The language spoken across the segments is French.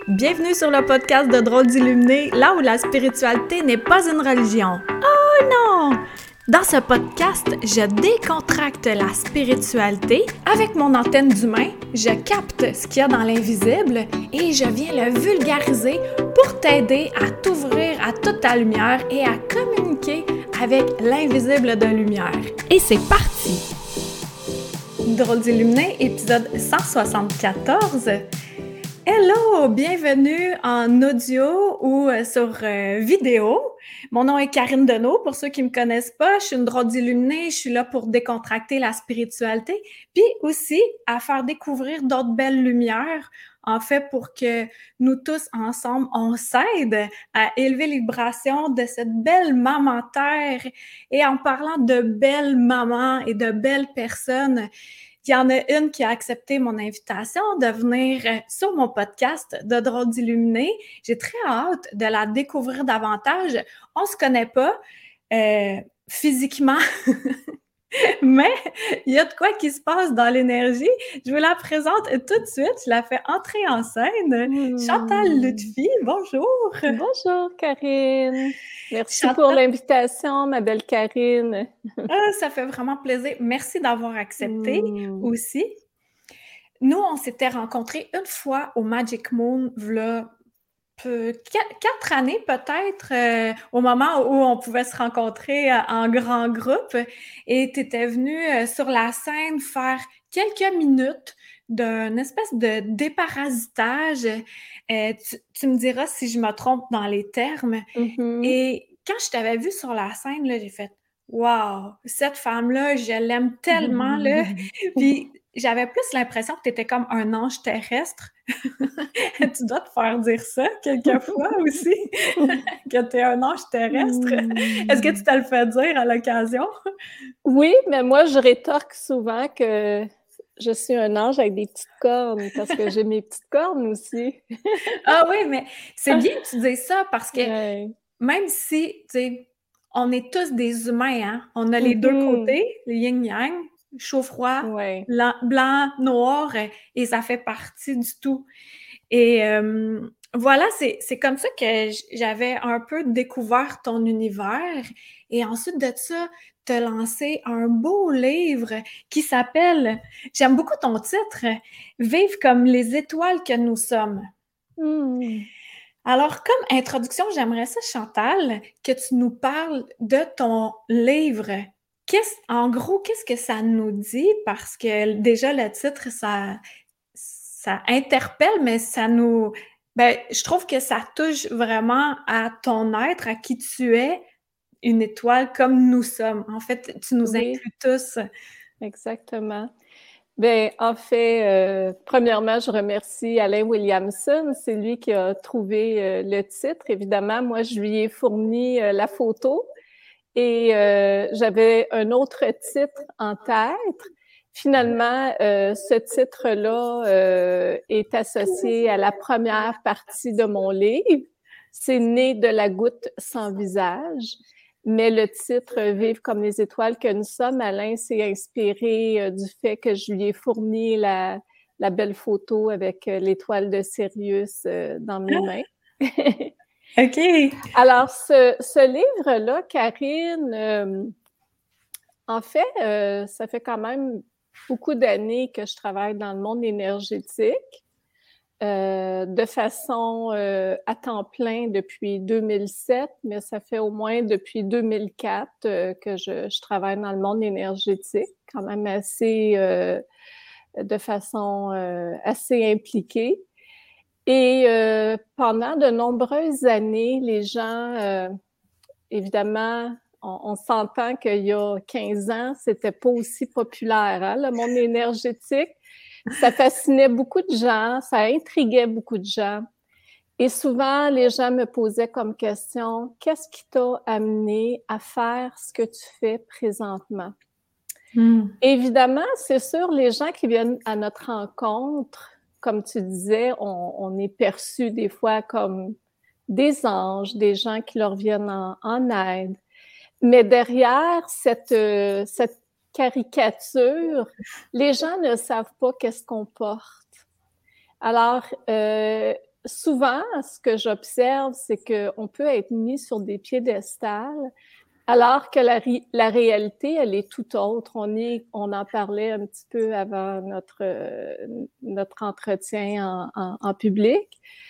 Bienvenue sur le podcast de Drôles d'Illuminés, là où la spiritualité n'est pas une religion. Oh non! Dans ce podcast, je décontracte la spiritualité. Avec mon antenne d'humain, je capte ce qu'il y a dans l'invisible et je viens le vulgariser pour t'aider à t'ouvrir à toute ta lumière et à communiquer avec l'invisible de lumière. Et c'est parti! Drôles d'Illuminés, épisode 174. Hello! Bienvenue en audio ou sur vidéo. Mon nom est Karine Deneau. Pour ceux qui me connaissent pas, je suis une drôle d'illuminée. Je suis là pour décontracter la spiritualité, puis aussi à faire découvrir d'autres belles lumières, en fait, pour que nous tous ensemble, on s'aide à élever les vibrations de cette belle maman Terre. Et en parlant de belles mamans et de belles personnes, il y en a une qui a accepté mon invitation de venir sur mon podcast de Drôles d'Illuminés. J'ai très hâte de la découvrir davantage. On se connaît pas physiquement, mais il y a de quoi qui se passe dans l'énergie. Je vous la présente tout de suite. Je la fais entrer en scène. Chantal Lutfi, bonjour! Bonjour, Karine! Merci pour l'invitation, ma belle Karine. Ça fait vraiment plaisir. Merci d'avoir accepté aussi. Nous, on s'était rencontrés une fois au Magic Moon, v'là 4 années peut-être, au moment où on pouvait se rencontrer en grand groupe. Et tu étais venue sur la scène faire quelques minutes d'une espèce de déparasitage. Tu me diras si je me trompe dans les termes. Et quand je t'avais vue sur la scène, là, j'ai fait « Wow! Cette femme-là, je l'aime tellement! » là. Puis j'avais plus l'impression que tu étais comme un ange terrestre. Tu dois te faire dire ça quelquefois aussi, que tu es un ange terrestre. Est-ce que tu te le fais dire à l'occasion? Oui, mais moi, je rétorque souvent que je suis un ange avec des petites cornes, parce que j'ai mes petites cornes aussi. Ah oui, mais c'est bien que tu dises ça, parce que même si, tu sais, on est tous des humains, hein? On a les deux côtés, le yin-yang, chaud-froid, blanc, noir, et ça fait partie du tout. Et voilà, c'est comme ça que j'avais un peu découvert ton univers. Et ensuite de ça, tu as lancé un beau livre qui s'appelle, j'aime beaucoup ton titre, « Vivre comme les étoiles que nous sommes ». Alors, comme introduction, j'aimerais ça, Chantal, que tu nous parles de ton livre. En gros, qu'est-ce que ça nous dit? Parce que déjà, le titre, ça interpelle, mais ça nous... Ben, je trouve que ça touche vraiment à ton être, à qui tu es, une étoile comme nous sommes. En fait, tu nous inclus tous. Exactement. Bien, en fait, premièrement, je remercie Alain Williamson. C'est lui qui a trouvé le titre. Évidemment, moi, je lui ai fourni la photo et j'avais un autre titre en tête. Finalement, ce titre-là est associé à la première partie de mon livre. C'est né de la goutte sans visage. Mais le titre « Vivre comme les étoiles que nous sommes », Alain s'est inspiré du fait que je lui ai fourni la belle photo avec l'étoile de Sirius dans mes mains. OK. Alors, ce livre-là, Karine, en fait, ça fait quand même beaucoup d'années que je travaille dans le monde énergétique. De façon à temps plein depuis 2007, mais ça fait au moins depuis 2004 que je travaille dans le monde énergétique, quand même assez, de façon assez impliquée. Et pendant de nombreuses années, les gens, évidemment, on s'entend qu'il y a 15 ans, c'était pas aussi populaire, hein, le monde énergétique. Ça fascinait beaucoup de gens, ça intriguait beaucoup de gens. Et souvent, les gens me posaient comme question, qu'est-ce qui t'a amené à faire ce que tu fais présentement? Évidemment, c'est sûr, les gens qui viennent à notre rencontre, comme tu disais, on est perçus des fois comme des anges, des gens qui leur viennent en aide. Mais derrière cette caricature, les gens ne savent pas qu'est-ce qu'on porte. Alors, souvent, ce que j'observe, c'est qu'on peut être mis sur des piédestals, alors que la réalité, elle est tout autre. On en parlait un petit peu avant notre entretien en public.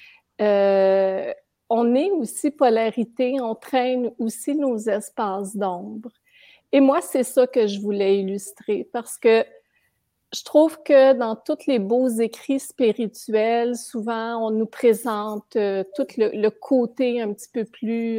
On est aussi polarité, on traîne aussi nos espaces d'ombre. Et moi, c'est ça que je voulais illustrer, parce que je trouve que dans tous les beaux écrits spirituels, souvent, on nous présente tout le côté un petit peu plus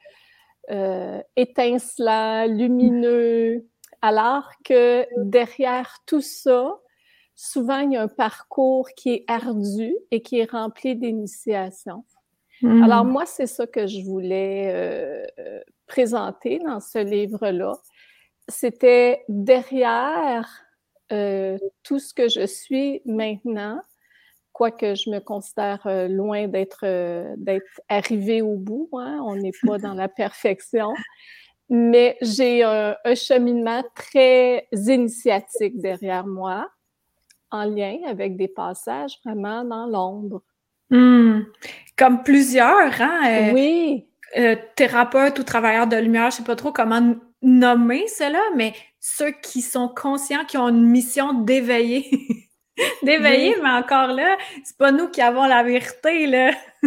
étincelant, lumineux, alors que derrière tout ça, souvent, il y a un parcours qui est ardu et qui est rempli d'initiations. Alors moi, c'est ça que je voulais présenter dans ce livre-là. C'était derrière tout ce que je suis maintenant, quoique je me considère loin d'être arrivée au bout, hein, on n'est pas dans la perfection, mais j'ai un cheminement très initiatique derrière moi, en lien avec des passages vraiment dans l'ombre. Comme plusieurs, hein? Oui. Thérapeutes ou travailleurs de lumière, je sais pas trop comment nommer cela, mais ceux qui sont conscients, qui ont une mission d'éveiller. D'éveiller, oui. Mais encore là, c'est pas nous qui avons la vérité, là.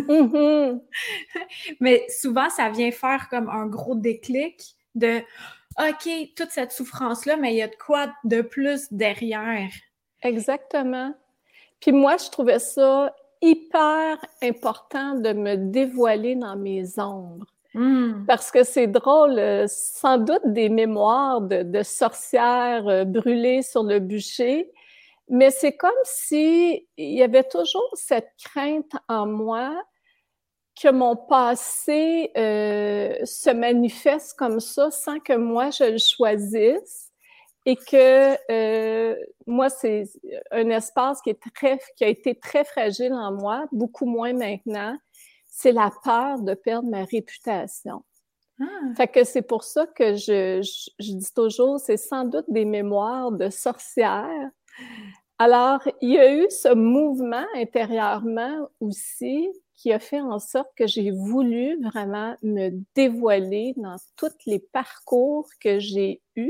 Mais souvent, ça vient faire comme un gros déclic de « OK, toute cette souffrance-là, mais il y a de quoi de plus derrière? » Exactement. Puis moi, je trouvais ça hyper important de me dévoiler dans mes ombres. Parce que c'est drôle, sans doute des mémoires de sorcières brûlées sur le bûcher, mais c'est comme si il y avait toujours cette crainte en moi que mon passé se manifeste comme ça sans que moi je le choisisse. Et que moi, c'est un espace qui a été très fragile en moi, beaucoup moins maintenant. C'est la peur de perdre ma réputation. Fait que c'est pour ça que je dis toujours, c'est sans doute des mémoires de sorcières. Alors, il y a eu ce mouvement intérieurement aussi qui a fait en sorte que j'ai voulu vraiment me dévoiler dans tous les parcours que j'ai eus.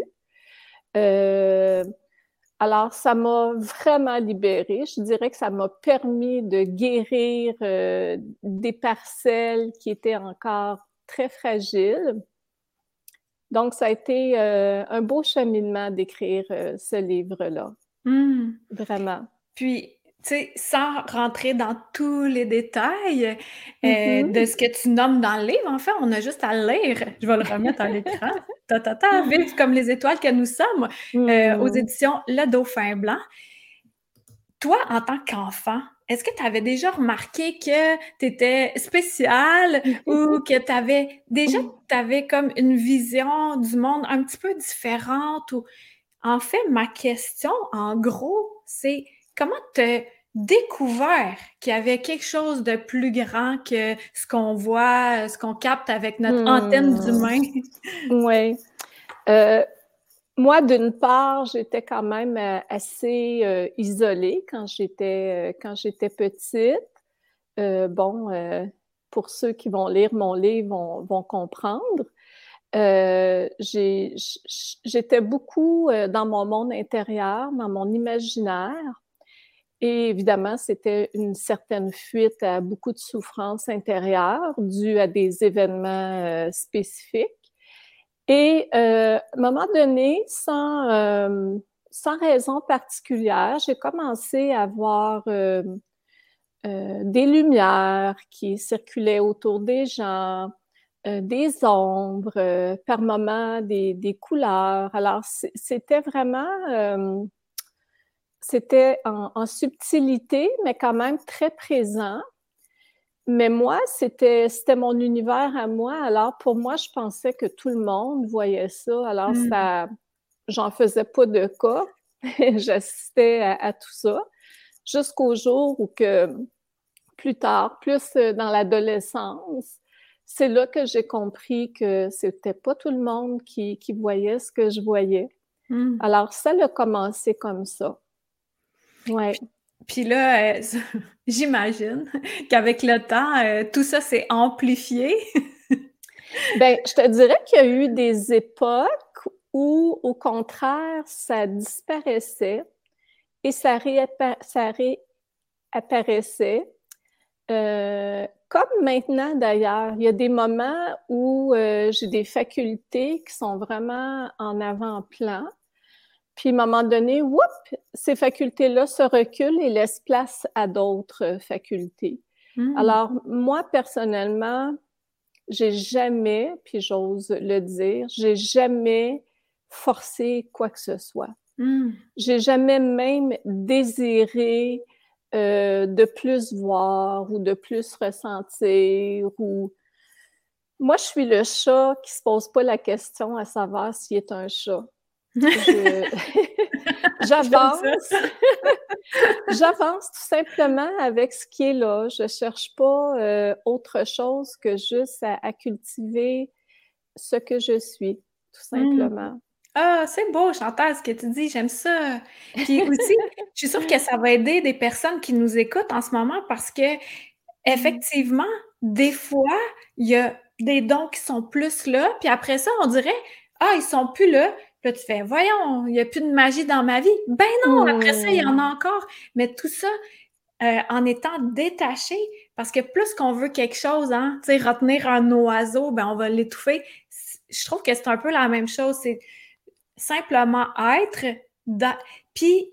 Alors, ça m'a vraiment libérée. Je dirais que ça m'a permis de guérir des parcelles qui étaient encore très fragiles. Donc, ça a été un beau cheminement d'écrire ce livre-là. Vraiment. Puis, tu sais, sans rentrer dans tous les détails de ce que tu nommes dans le livre, en fait, on a juste à le lire. Je vais le remettre à l'écran. Vive comme les étoiles que nous sommes, aux éditions Le Dauphin Blanc. Toi, en tant qu'enfant, est-ce que tu avais déjà remarqué que tu étais spéciale ou que tu avais comme une vision du monde un petit peu différente? Ou... En fait, ma question, en gros, c'est comment tu as découvert qu'il y avait quelque chose de plus grand que ce qu'on voit, ce qu'on capte avec notre antenne d'humain? Oui. Moi, d'une part, j'étais quand même assez isolée quand j'étais petite. Pour ceux qui vont lire mon livre vont comprendre. J'étais beaucoup dans mon monde intérieur, dans mon imaginaire. Et évidemment, c'était une certaine fuite à beaucoup de souffrances intérieures dues à des événements spécifiques. Et à un moment donné, sans raison particulière, j'ai commencé à voir des lumières qui circulaient autour des gens, des ombres, par moments des couleurs. Alors, c'était vraiment... c'était en subtilité, mais quand même très présent. Mais moi, c'était mon univers à moi. Alors, pour moi, je pensais que tout le monde voyait ça. Alors, j'en faisais pas de cas. J'assistais à tout ça. Jusqu'au jour où que, plus tard, plus dans l'adolescence, c'est là que j'ai compris que c'était pas tout le monde qui voyait ce que je voyais. Alors, ça a commencé comme ça. Ouais. Puis là, j'imagine qu'avec le temps, tout ça s'est amplifié. Ben, je te dirais qu'il y a eu des époques où, au contraire, ça disparaissait et ça réapparaissait. Comme maintenant d'ailleurs, il y a des moments où j'ai des facultés qui sont vraiment en avant-plan. Puis à un moment donné, whoop, ces facultés-là se reculent et laissent place à d'autres facultés. Alors, moi, personnellement, j'ai jamais, puis j'ose le dire, j'ai jamais forcé quoi que ce soit. J'ai jamais même désiré de plus voir ou de plus ressentir ou... Moi, je suis le chat qui se pose pas la question à savoir s'il est un chat. J'avance. J'avance tout simplement avec ce qui est là. Je cherche pas autre chose que juste à cultiver ce que je suis, tout simplement. Ah, c'est beau, Chantal, ce que tu dis, j'aime ça. Puis aussi, je suis sûre que ça va aider des personnes qui nous écoutent en ce moment parce que, effectivement, des fois, il y a des dons qui sont plus là, puis après ça, on dirait, ah, ils sont plus là. Puis là, tu fais, voyons, il n'y a plus de magie dans ma vie. Ben non, après ça, il y en a encore. Mais tout ça, en étant détaché, parce que plus qu'on veut quelque chose, hein, tu sais, retenir un oiseau, ben on va l'étouffer. Je trouve que c'est un peu la même chose. C'est simplement être, puis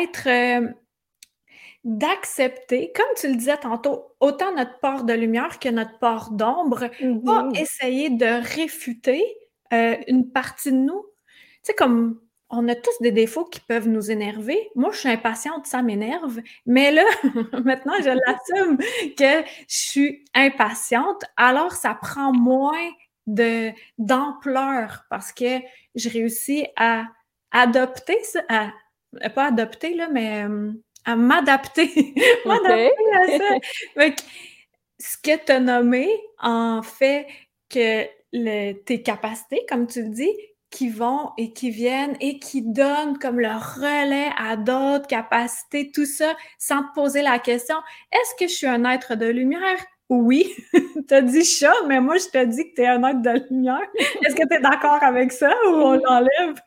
d'accepter, comme tu le disais tantôt, autant notre part de lumière que notre part d'ombre, pas essayer de réfuter une partie de nous. Tu sais, comme on a tous des défauts qui peuvent nous énerver. Moi, je suis impatiente, ça m'énerve. Mais là, maintenant, je l'assume que je suis impatiente. Alors, ça prend moins d'ampleur parce que je réussis à adopter ça, pas adopter, là, mais à m'adapter. M'adapter à ça. Fait que, ce que tu as nommé, en fait, que tes capacités, comme tu le dis, qui vont et qui viennent et qui donnent comme le relais à d'autres capacités, tout ça, sans te poser la question, est-ce que je suis un être de lumière? Oui. T'as dit chat, mais moi, je te dis que t'es un être de lumière. Est-ce que t'es d'accord avec ça ou on l'enlève?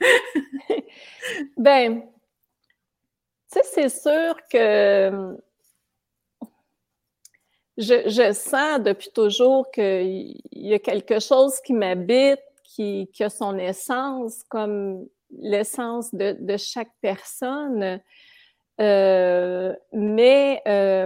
Ben, tu sais, c'est sûr que je sens depuis toujours qu'il y a quelque chose qui m'habite, qui a son essence, comme l'essence de chaque personne. Mais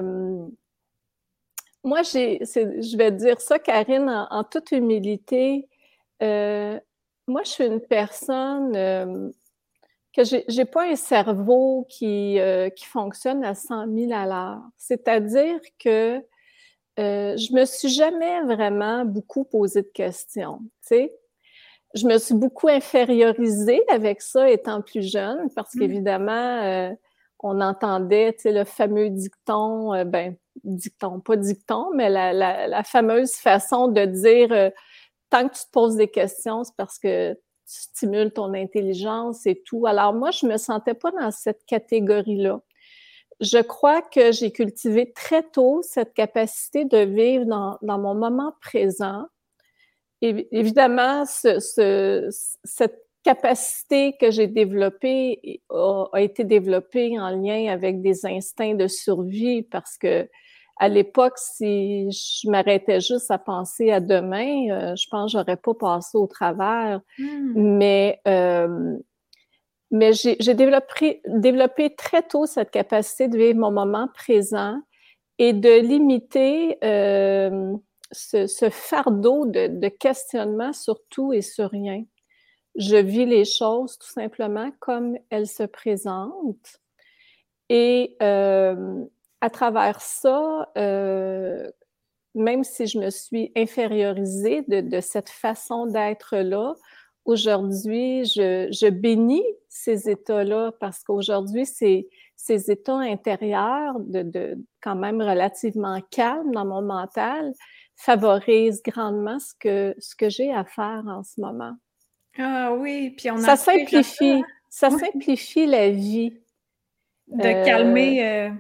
moi, je vais dire ça, Karine, en toute humilité. Moi, je suis une personne que j'ai pas un cerveau qui fonctionne à 100 000 à l'heure. C'est-à-dire que je me suis jamais vraiment beaucoup posé de questions, tu sais. Je me suis beaucoup infériorisée avec ça étant plus jeune parce qu'évidemment, on entendait, tu sais, le fameux dicton, dicton, pas dicton, mais la fameuse façon de dire tant que tu te poses des questions, c'est parce que tu stimules ton intelligence et tout. Alors moi, je me sentais pas dans cette catégorie-là. Je crois que j'ai cultivé très tôt cette capacité de vivre dans mon moment présent. Et évidemment, cette capacité que j'ai développée a été développée en lien avec des instincts de survie parce que à l'époque, si je m'arrêtais juste à penser à demain, je pense que j'aurais pas passé au travers. Mais j'ai développé très tôt cette capacité de vivre mon moment présent et de limiter ce fardeau de questionnement sur tout et sur rien. Je vis les choses tout simplement comme elles se présentent. Et à travers ça, même si je me suis infériorisée de cette façon d'être-là, aujourd'hui, je bénis ces états-là parce qu'aujourd'hui, ces états intérieurs de quand même relativement calmes dans mon mental favorisent grandement ce que j'ai à faire en ce moment. Ah oui, puis on ça simplifie la vie. De calmer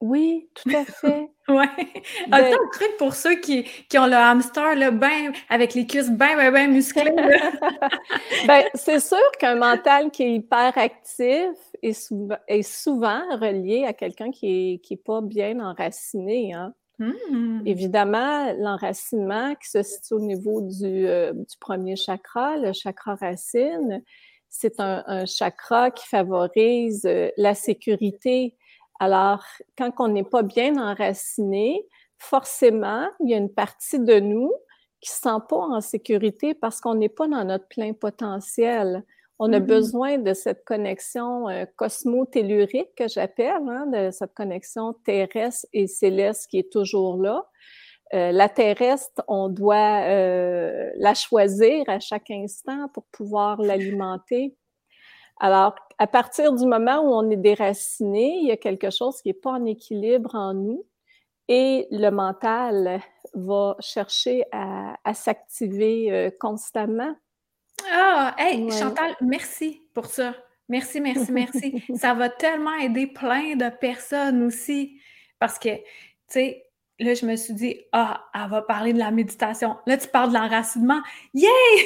Oui, tout à fait. Ouais. As-tu Ben, un truc pour ceux qui ont le hamster, là, ben, avec les cuisses ben musclées, là? ben, c'est sûr qu'un mental qui est hyper actif est souvent relié à quelqu'un qui est pas bien enraciné, hein. Évidemment, l'enracinement qui se situe au niveau du premier chakra, le chakra racine, c'est un chakra qui favorise la sécurité. Alors, quand on n'est pas bien enraciné, forcément, il y a une partie de nous qui ne se sent pas en sécurité parce qu'on n'est pas dans notre plein potentiel. On a besoin de cette connexion cosmo-tellurique que j'appelle, hein, de cette connexion terrestre et céleste qui est toujours là. La terrestre, on doit la choisir à chaque instant pour pouvoir l'alimenter. Alors, à partir du moment où on est déraciné, il y a quelque chose qui n'est pas en équilibre en nous et le mental va chercher à s'activer constamment. Ah, hey, Ouais. Chantal, merci pour ça. Merci. Ça va tellement aider plein de personnes aussi. Parce que, tu sais, là, je me suis dit, ah, elle va parler de la méditation. Là, tu parles de l'enracinement. Yeah!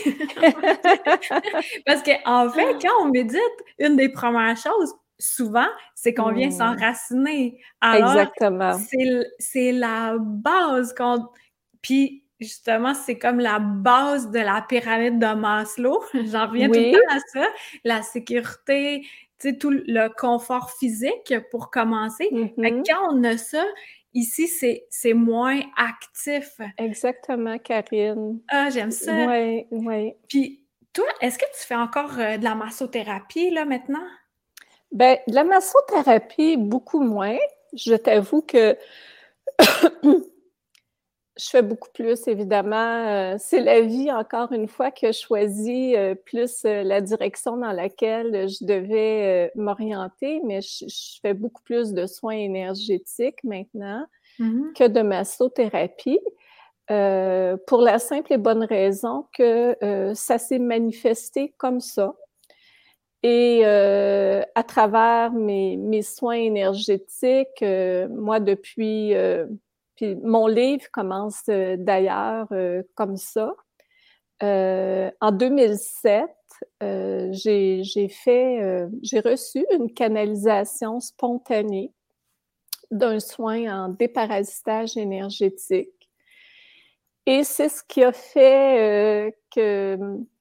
Parce qu'en fait, quand on médite, une des premières choses, souvent, c'est qu'on vient s'enraciner. Alors, Exactement. c'est la base qu'on... Puis, justement, c'est comme la base de la pyramide de Maslow. J'en reviens tout le Oui. temps à ça. La sécurité, tu sais, tout le confort physique pour commencer. Fait que quand on a ça, ici, c'est moins actif. Exactement, Karine. Ah, j'aime ça. Oui, oui. Puis, toi, est-ce que tu fais encore de la massothérapie, là, maintenant? Ben, de la massothérapie, beaucoup moins. Je t'avoue que je fais beaucoup plus, évidemment. C'est la vie, encore une fois, qui a choisi plus la direction dans laquelle je devais m'orienter, mais je fais beaucoup plus de soins énergétiques maintenant que de massothérapie. Pour la simple et bonne raison que ça s'est manifesté comme ça. Et à travers mes soins énergétiques, moi, puis mon livre commence d'ailleurs comme ça. En 2007, j'ai reçu une canalisation spontanée d'un soin en déparasitage énergétique. Et c'est ce qui a fait que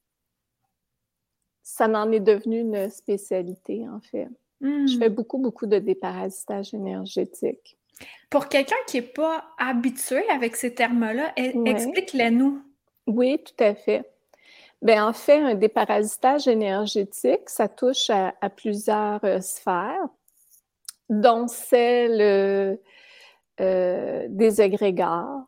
ça en est devenu une spécialité, en fait. Je fais beaucoup de déparasitage énergétique. Pour quelqu'un qui n'est pas habitué avec ces termes-là, explique-les-nous. Oui, tout à fait. Bien, en fait, un déparasitage énergétique, ça touche à plusieurs sphères, dont celle des égrégores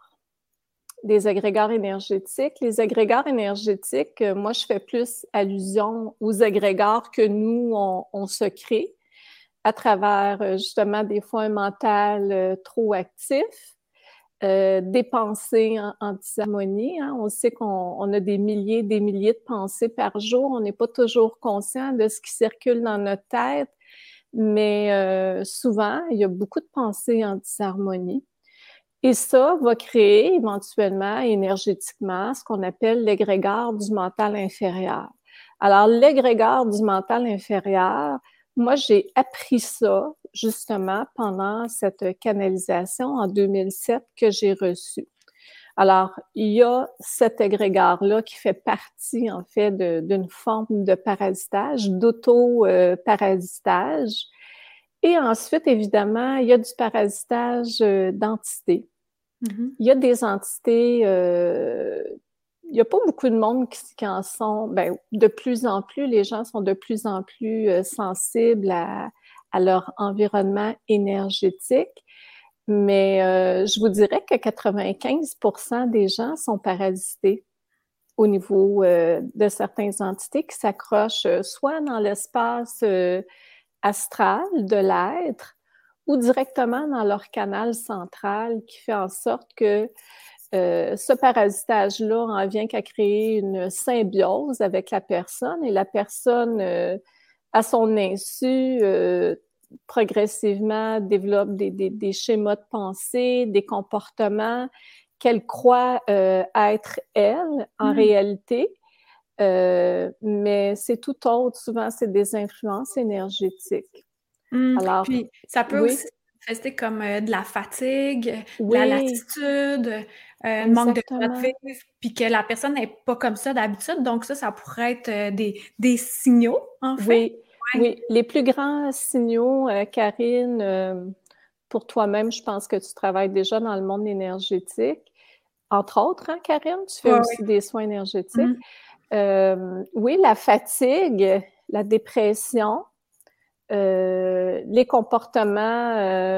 énergétiques. Les égrégores énergétiques, moi, je fais plus allusion aux égrégores que nous, on se crée à travers, justement, des fois, un mental trop actif, des pensées en disharmonie. Hein. On sait qu'on a des milliers de pensées par jour. On n'est pas toujours conscient de ce qui circule dans notre tête, mais souvent, il y a beaucoup de pensées en disharmonie. Et ça va créer éventuellement énergétiquement ce qu'on appelle l'égrégore du mental inférieur. Alors, l'égrégore du mental inférieur, moi, j'ai appris ça justement pendant cette canalisation en 2007 que j'ai reçue. Alors, il y a cet égrégore-là qui fait partie, en fait, d'une forme de parasitage, d'auto-parasitage. Et ensuite, évidemment, il y a du parasitage d'entités. Il y a des entités, il n'y a pas beaucoup de monde qui en sont, ben, de plus en plus, les gens sont de plus en plus sensibles à leur environnement énergétique, mais je vous dirais que 95% des gens sont parasités au niveau de certaines entités qui s'accrochent soit dans l'espace astral de l'être ou directement dans leur canal central qui fait en sorte que ce parasitage-là en vient qu'à créer une symbiose avec la personne et la personne, à son insu, progressivement développe des schémas de pensée, des comportements qu'elle croit être elle en réalité. Mais c'est tout autre. Souvent, c'est des influences énergétiques. Alors, puis ça peut oui, aussi se manifester comme de la fatigue, de la oui, lassitude, un manque de joie de exactement. vivre, puis que la personne n'est pas comme ça d'habitude. Donc ça pourrait être des signaux, en fait. Oui, Ouais. oui. Les plus grands signaux, Karine, pour toi-même, je pense que tu travailles déjà dans le monde énergétique. Entre autres, hein, Karine, tu fais Ouais, aussi ouais. des soins énergétiques. Mhm. Oui, la fatigue, la dépression, les comportements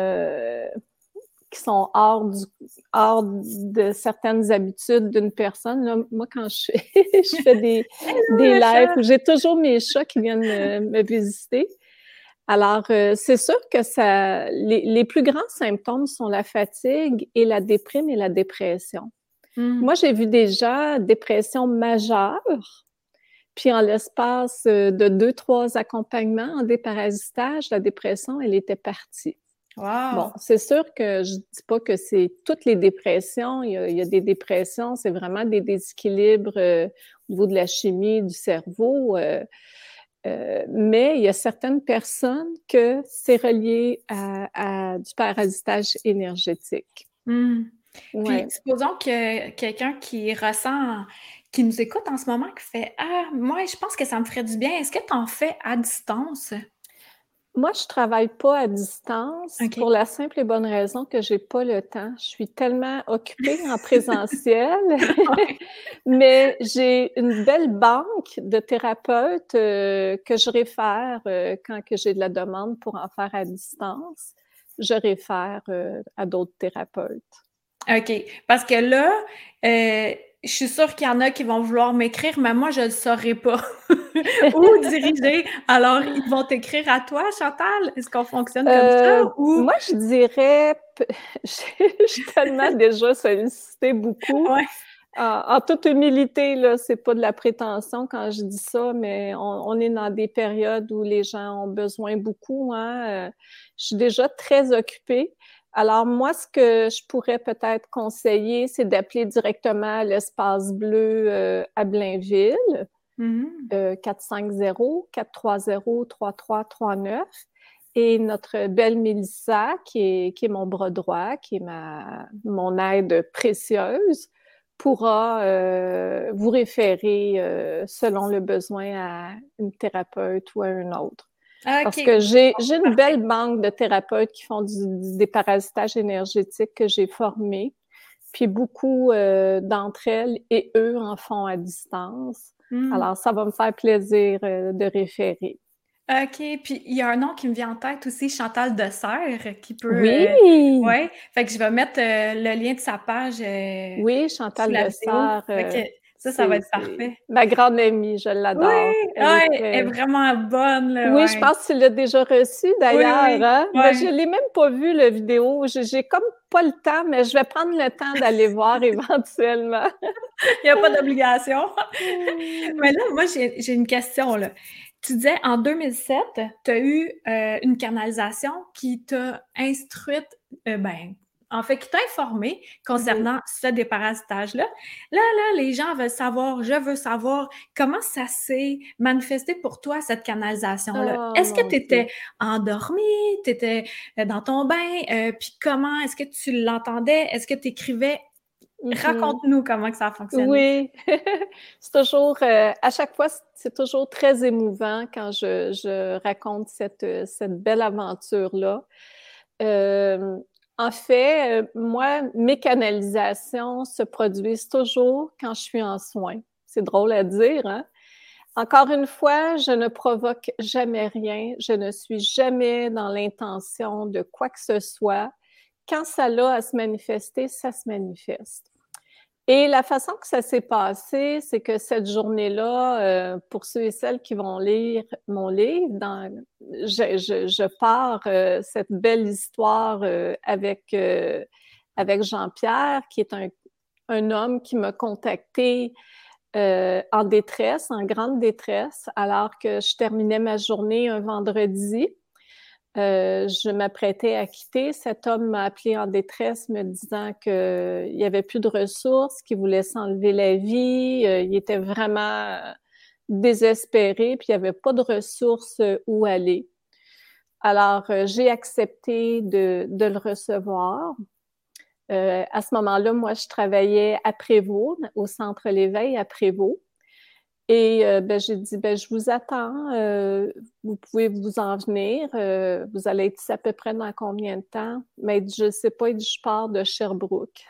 qui sont hors de certaines habitudes d'une personne. Là, moi, quand je fais des Le lives chat. où j'ai toujours mes chats qui viennent me visiter. Alors, c'est sûr que les plus grands symptômes sont la fatigue et la déprime et la dépression. Moi, j'ai vu déjà dépression majeure, puis en l'espace de 2-3 accompagnements en déparasitage, la dépression, elle était partie. Bon, Wow. c'est sûr que je dis pas que c'est toutes les dépressions. Il y a des dépressions, c'est vraiment des déséquilibres au niveau de la chimie du cerveau. Mais il y a certaines personnes que c'est relié à du parasitage énergétique. Puis, Ouais. supposons que quelqu'un qui nous écoute en ce moment, qui fait Ah, moi, je pense que ça me ferait du bien. Est-ce que tu en fais à distance? Moi, je travaille pas à distance OK. pour la simple et bonne raison que j'ai pas le temps. Je suis tellement occupée en présentiel, mais j'ai une belle banque de thérapeutes que je réfère quand que j'ai de la demande pour en faire à distance. Je réfère à d'autres thérapeutes. OK. Parce que là, je suis sûre qu'il y en a qui vont vouloir m'écrire, mais moi, je ne saurais pas où diriger. Alors, ils vont t'écrire à toi, Chantal? Est-ce qu'on fonctionne comme ça? Ou Moi, je dirais, je suis tellement déjà sollicitée beaucoup. ouais. En toute humilité, là, c'est pas de la prétention quand je dis ça, mais on est dans des périodes où les gens ont besoin beaucoup, hein. Je suis déjà très occupée. Alors moi, ce que je pourrais peut-être conseiller, c'est d'appeler directement l'espace bleu à Blainville, Mhm. 450-430-3339. Et notre belle Mélissa, qui est mon bras droit, qui est mon aide précieuse, pourra vous référer selon le besoin à une thérapeute ou à une autre. Parce OK. que j'ai une Parfait. belle banque de thérapeutes qui font du déparasitage énergétique que j'ai formé. Puis beaucoup d'entre elles et eux en font à distance. Mm. Alors, ça va me faire plaisir de référer. OK. Puis, il y a un nom qui me vient en tête aussi, Chantal Dessert, qui peut. Oui, Ouais. Fait que je vais mettre le lien de sa page oui, sous Chantal la vidéo. Dessert, Fait que ça va c'est être parfait. ma grande amie, je Oui! l'adore. Elle est Ouais, elle est très... vraiment bonne, là, Oui, je ouais. pense que tu l'as déjà reçue Oui, d'ailleurs, oui, hein? Mais je ouais. l'ai même pas vue, la vidéo. J'ai comme pas le temps, mais je vais prendre le temps d'aller voir éventuellement. Il y a pas d'obligation. Hmm. Mais là, moi, j'ai une question, là. Tu disais, en 2007, tu as eu une canalisation qui t'a instruite, ben, en fait, qui t'a informé Oui. concernant ce déparasitage-là. Là, les gens veulent savoir, je veux savoir comment ça s'est manifesté pour toi, cette canalisation-là. Oh Est-ce que mon tu Dieu. étais endormie, tu étais dans ton bain, puis comment est-ce que tu l'entendais? Est-ce que tu écrivais? Mhm. Raconte-nous comment que ça a fonctionné. Oui, c'est toujours, à chaque fois, c'est toujours très émouvant quand je raconte cette belle aventure-là. Euh, En fait, moi, mes canalisations se produisent toujours quand je suis en soins. C'est drôle à dire, hein? Encore une fois, je ne provoque jamais rien. Je ne suis jamais dans l'intention de quoi que ce soit. Quand ça a à se manifester, ça se manifeste. Et la façon que ça s'est passé, c'est que cette journée-là, pour ceux et celles qui vont lire mon livre, je pars cette belle histoire avec Jean-Pierre, qui est un homme qui m'a contacté en détresse, en grande détresse, alors que je terminais ma journée un vendredi. je m'apprêtais à quitter. Cet homme m'a appelée en détresse me disant qu'il n'y avait plus de ressources, qu'il voulait s'enlever la vie. Il était vraiment désespéré, puis il n'y avait pas de ressources où aller. Alors, j'ai accepté de le recevoir. À ce moment-là, moi, je travaillais à Prévost, au Centre L'éveil à Prévost. Et j'ai dit, je vous attends, vous pouvez vous en venir, vous allez être ici à peu près dans combien de temps? Mais je ne sais pas, il dit, je pars de Sherbrooke.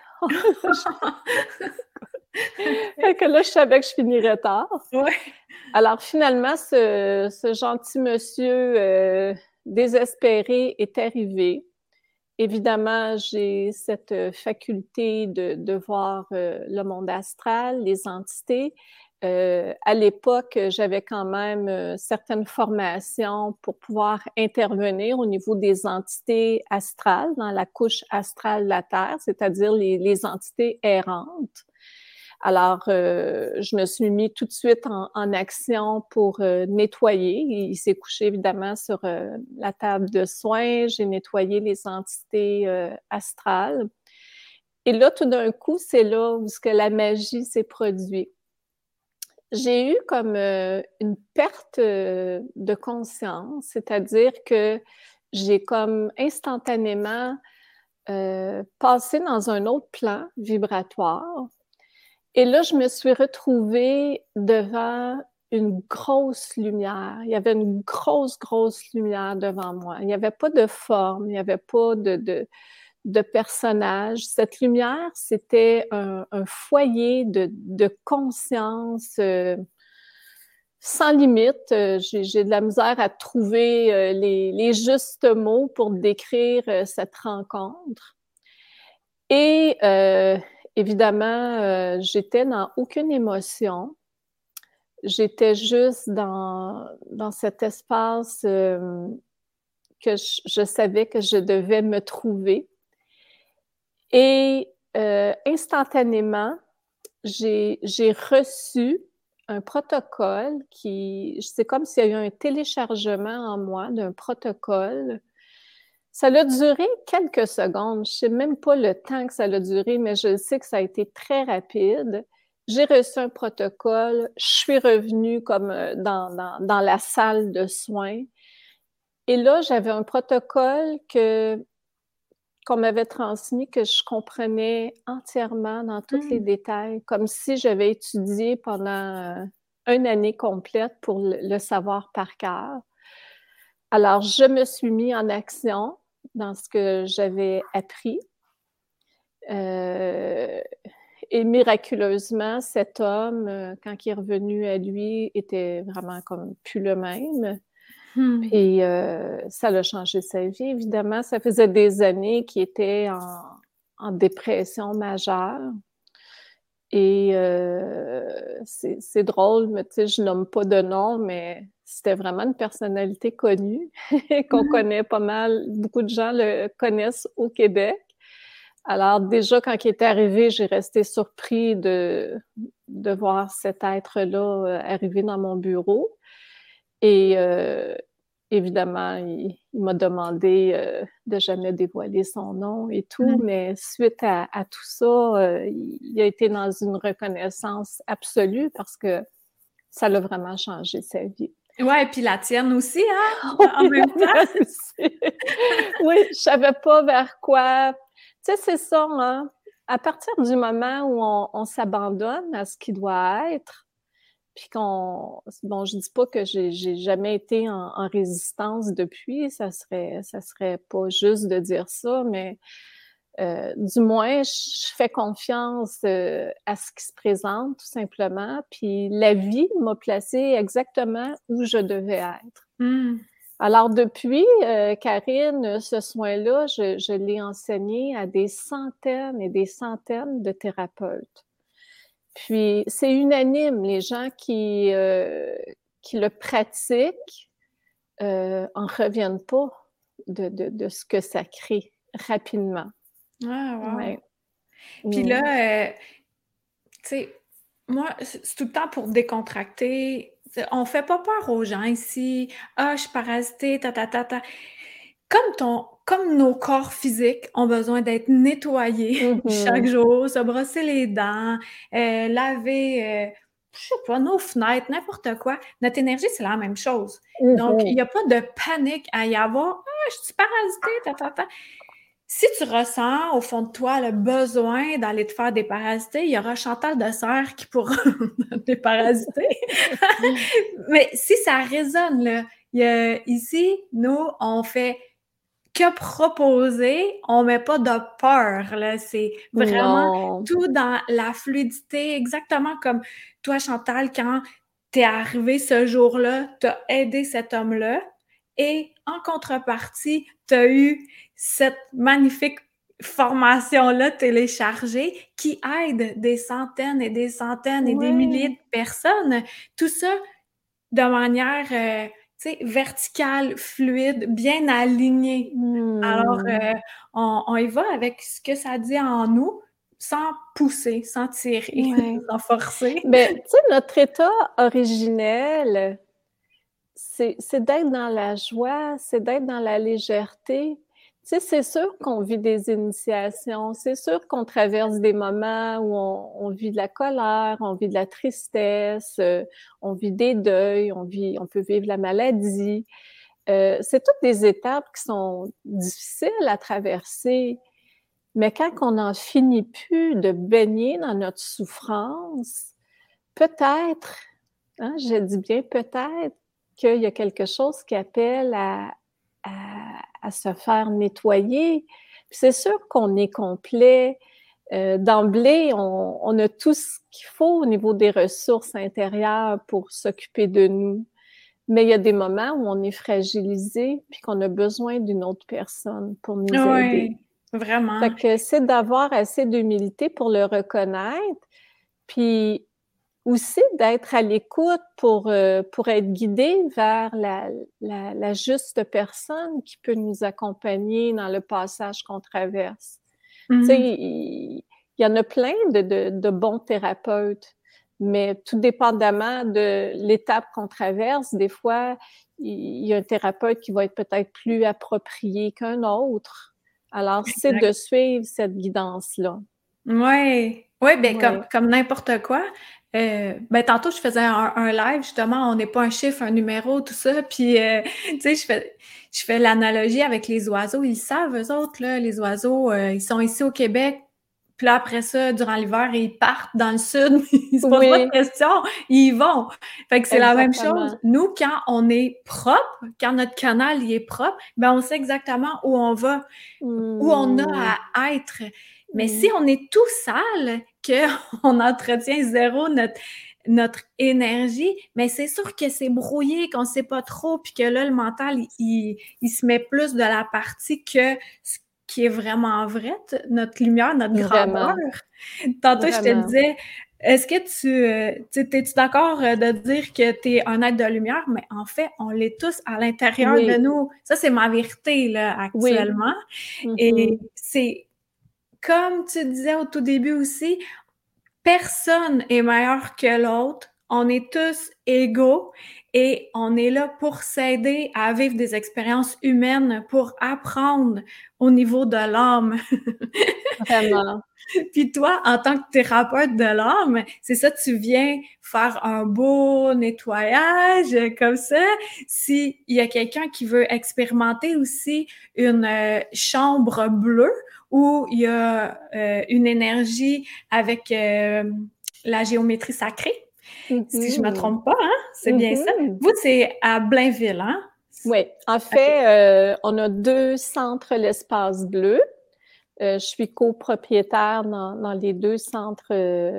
Fait que là, je savais que je finirais tard. Ouais. Alors finalement, ce gentil monsieur désespéré est arrivé. Évidemment, j'ai cette faculté de voir le monde astral, les entités. À l'époque, j'avais quand même certaines formations pour pouvoir intervenir au niveau des entités astrales, dans la couche astrale de la Terre, c'est-à-dire les entités errantes. Alors, je me suis mis tout de suite en action pour nettoyer. Il s'est couché évidemment sur la table de soins. J'ai nettoyé les entités astrales. Et là, tout d'un coup, c'est là où ce que la magie s'est produite. J'ai eu comme une perte de conscience, c'est-à-dire que j'ai comme instantanément passé dans un autre plan vibratoire. Et là, je me suis retrouvée devant une grosse lumière. Il y avait une grosse lumière devant moi. Il n'y avait pas de forme, il n'y avait pas de personnage. Cette lumière, c'était un foyer de conscience sans limite. J'ai de la misère à trouver les justes mots pour décrire cette rencontre. Et évidemment, j'étais dans aucune émotion. J'étais juste dans cet espace que je savais que je devais me trouver. Et instantanément, j'ai reçu un protocole c'est comme s'il y a eu un téléchargement en moi d'un protocole. Ça a duré quelques secondes. Je ne sais même pas le temps que ça a duré, mais je sais que ça a été très rapide. J'ai reçu un protocole. Je suis revenue comme dans la salle de soins. Et là, j'avais un protocole qu'on m'avait transmis, que je comprenais entièrement dans tous les détails, comme si j'avais étudié pendant une année complète pour le savoir par cœur. Alors, je me suis mis en action dans ce que j'avais appris. Et miraculeusement, cet homme, quand il est revenu à lui, était vraiment comme plus le même. Et ça l'a changé sa vie, évidemment. Ça faisait des années qu'il était en dépression majeure. Et c'est drôle, mais tu sais, je nomme pas de nom, mais c'était vraiment une personnalité connue, qu'on connaît pas mal. Beaucoup de gens le connaissent au Québec. Alors déjà, quand il est arrivé, j'ai resté surpris de voir cet être-là arriver dans mon bureau. Et évidemment, il m'a demandé de jamais dévoiler son nom et tout, mais suite à tout ça, il a été dans une reconnaissance absolue parce que ça l'a vraiment changé sa vie. Ouais, puis la tienne aussi, hein? En même temps. Oui, je savais pas vers quoi. Tu sais, c'est ça, hein? À partir du moment où on s'abandonne à ce qui doit être, puis bon, je dis pas que j'ai jamais été en résistance depuis, ça serait pas juste de dire ça, mais du moins, je fais confiance à ce qui se présente, tout simplement, puis la vie m'a placée exactement où je devais être. Alors depuis, Karine, ce soin-là, je l'ai enseigné à des centaines et des centaines de thérapeutes. Puis, c'est unanime, les gens qui le pratiquent en reviennent pas de ce que ça crée rapidement. Ah, wow. Ouais. Puis là, tu sais, moi, c'est tout le temps pour décontracter. On fait pas peur aux gens ici. Ah, je suis parasitée, ta. comme nos corps physiques ont besoin d'être nettoyés chaque jour, se brosser les dents, laver, je sais pas, nos fenêtres, n'importe quoi. Notre énergie, c'est la même chose. Donc, il n'y a pas de panique à y avoir. Ah, je suis parasitée, Si tu ressens au fond de toi le besoin d'aller te faire déparasiter, il y aura Chantal Dessert qui pourra te déparasiter. Mais si ça résonne, là, ici, nous, on fait que proposer, on met pas de peur, là. C'est vraiment tout dans la fluidité, exactement comme toi, Chantal, quand t'es arrivée ce jour-là, t'as aidé cet homme-là et en contrepartie, t'as eu cette magnifique formation-là téléchargée qui aide des centaines et des centaines et des milliers de personnes. Tout ça de manière verticale, fluide, bien alignée. Alors, on y va avec ce que ça dit en nous, sans pousser, sans tirer, sans forcer. Ben, tu sais, notre état originel, c'est d'être dans la joie, c'est d'être dans la légèreté. Tu sais, c'est sûr qu'on vit des initiations, c'est sûr qu'on traverse des moments où on vit de la colère, on vit de la tristesse, on vit des deuils, on peut vivre la maladie. C'est toutes des étapes qui sont difficiles à traverser, mais quand on n'en finit plus de baigner dans notre souffrance, peut-être, je dis bien peut-être, qu'il y a quelque chose qui appelle à se faire nettoyer. Puis c'est sûr qu'on est complet. D'emblée, on a tout ce qu'il faut au niveau des ressources intérieures pour s'occuper de nous. Mais il y a des moments où on est fragilisé puis qu'on a besoin d'une autre personne pour nous aider. Vraiment. Fait que c'est d'avoir assez d'humilité pour le reconnaître, puis aussi d'être à l'écoute pour être guidé vers la juste personne qui peut nous accompagner dans le passage qu'on traverse. Tu sais, il y en a plein de bons thérapeutes, mais tout dépendamment de l'étape qu'on traverse, des fois, il y a un thérapeute qui va être peut-être plus approprié qu'un autre. Alors, c'est de suivre cette guidance-là. Oui, comme n'importe quoi. Tantôt, je faisais un live, justement, on n'est pas un chiffre, un numéro, tout ça. Puis, tu sais, je fais l'analogie avec les oiseaux. Ils savent, eux autres, là, les oiseaux, ils sont ici au Québec. Puis là, après ça, durant l'hiver, ils partent dans le sud. Ils se posent pas de questions. Ils y vont. Fait que c'est la même chose. Nous, quand on est propre, quand notre canal il est propre, ben on sait exactement où on va, où on a à être. Mais si on est tout sale, qu'on entretient zéro notre énergie, mais c'est sûr que c'est brouillé, qu'on sait pas trop, puis que là, le mental, il se met plus de la partie que ce qui est vraiment vrai, notre lumière, notre grandeur. Tantôt, je te disais, est-ce que t'es-tu d'accord de dire que t'es un être de lumière? Mais en fait, on l'est tous à l'intérieur de nous. Ça, c'est ma vérité, là, actuellement. Et c'est comme tu disais au tout début aussi, personne est meilleur que l'autre. On est tous égaux et on est là pour s'aider à vivre des expériences humaines, pour apprendre au niveau de l'âme. Vraiment. Puis toi, en tant que thérapeute de l'âme, c'est ça, tu viens faire un beau nettoyage comme ça. S'il y a quelqu'un qui veut expérimenter aussi une chambre bleue où il y a une énergie avec la géométrie sacrée, si je me trompe pas, hein? C'est bien ça. Vous, c'est à Blainville, hein? Oui. En fait, on a 2 centres l'Espace Bleu. Je suis copropriétaire dans les 2 centres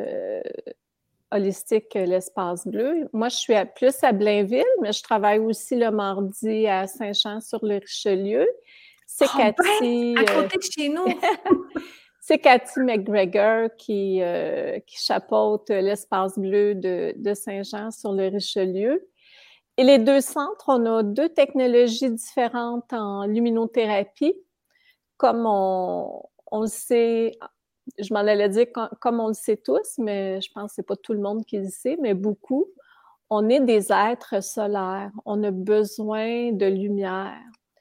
holistiques l'Espace Bleu. Moi, je suis plus à Blainville, mais je travaille aussi le mardi à Saint-Jean-sur-le-Richelieu. C'est Cathy... à côté de chez nous! C'est Cathy McGregor qui chapeaute l'Espace Bleu de Saint-Jean-sur-le-Richelieu. Et les 2 centres, on a 2 technologies différentes en luminothérapie. Comme on le sait, je m'en allais dire comme on le sait tous, mais je pense que c'est pas tout le monde qui le sait, mais beaucoup, on est des êtres solaires. On a besoin de lumière.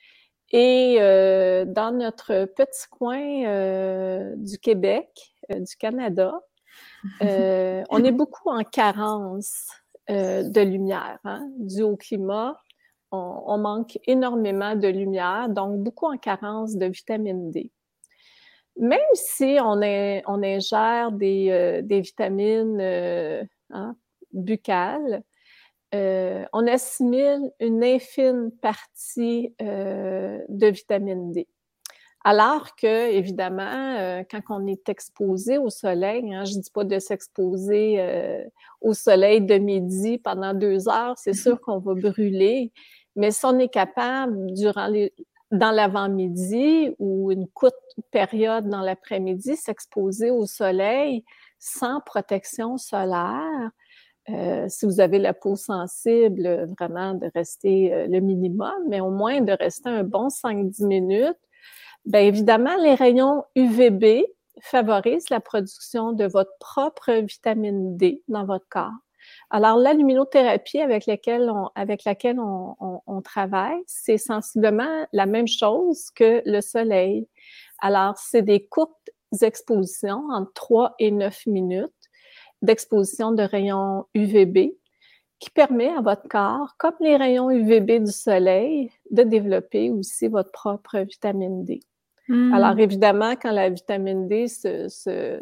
Et dans notre petit coin du Québec, du Canada, on est beaucoup en carence de lumière, hein, dû au climat. On manque énormément de lumière, donc beaucoup en carence de vitamine D. Même si on ingère des vitamines hein, buccales, on assimile une infime partie de vitamine D. Alors que, évidemment, quand on est exposé au soleil, hein, je ne dis pas de s'exposer au soleil de midi pendant 2 heures, c'est sûr qu'on va brûler, mais si on est capable, dans l'avant-midi ou une courte période dans l'après-midi, s'exposer au soleil sans protection solaire, si vous avez la peau sensible, vraiment de rester le minimum, mais au moins de rester un bon 5-10 minutes. Bien évidemment, les rayons UVB favorisent la production de votre propre vitamine D dans votre corps. Alors, la luminothérapie avec laquelle on travaille, c'est sensiblement la même chose que le soleil. Alors, c'est des courtes expositions entre 3 et 9 minutes d'exposition de rayons UVB qui permet à votre corps, comme les rayons UVB du soleil, de développer aussi votre propre vitamine D. Alors, évidemment, quand la vitamine D se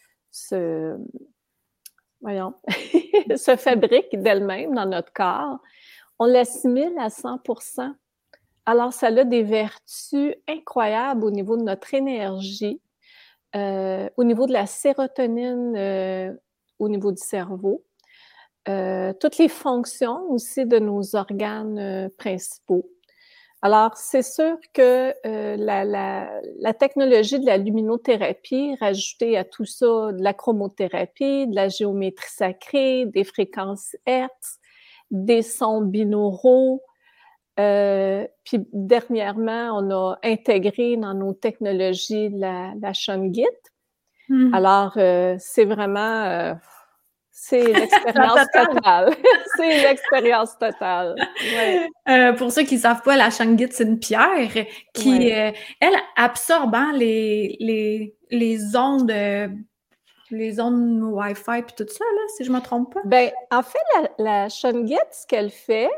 fabrique d'elle-même dans notre corps, on l'assimile à 100%. Alors, ça a des vertus incroyables au niveau de notre énergie, au niveau de la sérotonine, au niveau du cerveau, toutes les fonctions aussi de nos organes principaux. Alors, c'est sûr que la technologie de la luminothérapie, rajoutée à tout ça, de la chromothérapie, de la géométrie sacrée, des fréquences Hertz, des sons binauraux, puis dernièrement, on a intégré dans nos technologies la Shungite. Alors, c'est vraiment... c'est l'expérience totale. C'est l'expérience totale. Ouais. Pour ceux qui ne savent pas, la Shungite, c'est une pierre qui, elle, absorbe les ondes, les ondes Wi-Fi puis tout ça, là, si je ne me trompe pas. Bien, en fait, la Shungite, ce qu'elle fait,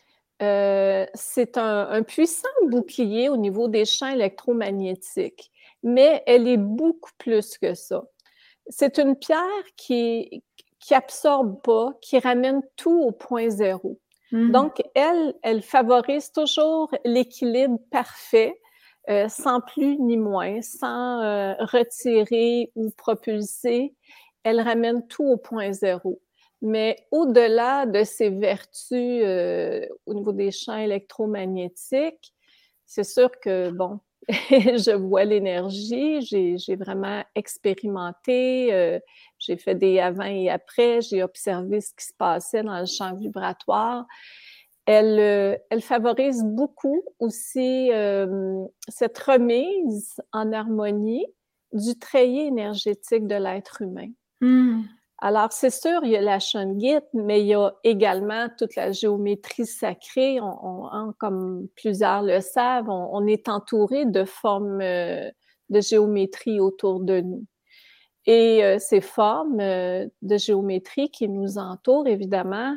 c'est un puissant bouclier au niveau des champs électromagnétiques, mais elle est beaucoup plus que ça. C'est une pierre qui absorbe pas, qui ramène tout au point zéro. Donc, elle favorise toujours l'équilibre parfait, sans plus ni moins, sans retirer ou propulser. Elle ramène tout au point zéro. Mais au-delà de ses vertus au niveau des champs électromagnétiques, c'est sûr que, bon, je vois l'énergie, j'ai vraiment expérimenté, j'ai fait des avant et après, j'ai observé ce qui se passait dans le champ vibratoire. Elle favorise beaucoup aussi cette remise en harmonie du treillis énergétique de l'être humain. Alors, c'est sûr, il y a la Shungite, mais il y a également toute la géométrie sacrée. Comme plusieurs le savent, on est entouré de formes de géométrie autour de nous. Et ces formes de géométrie qui nous entourent, évidemment,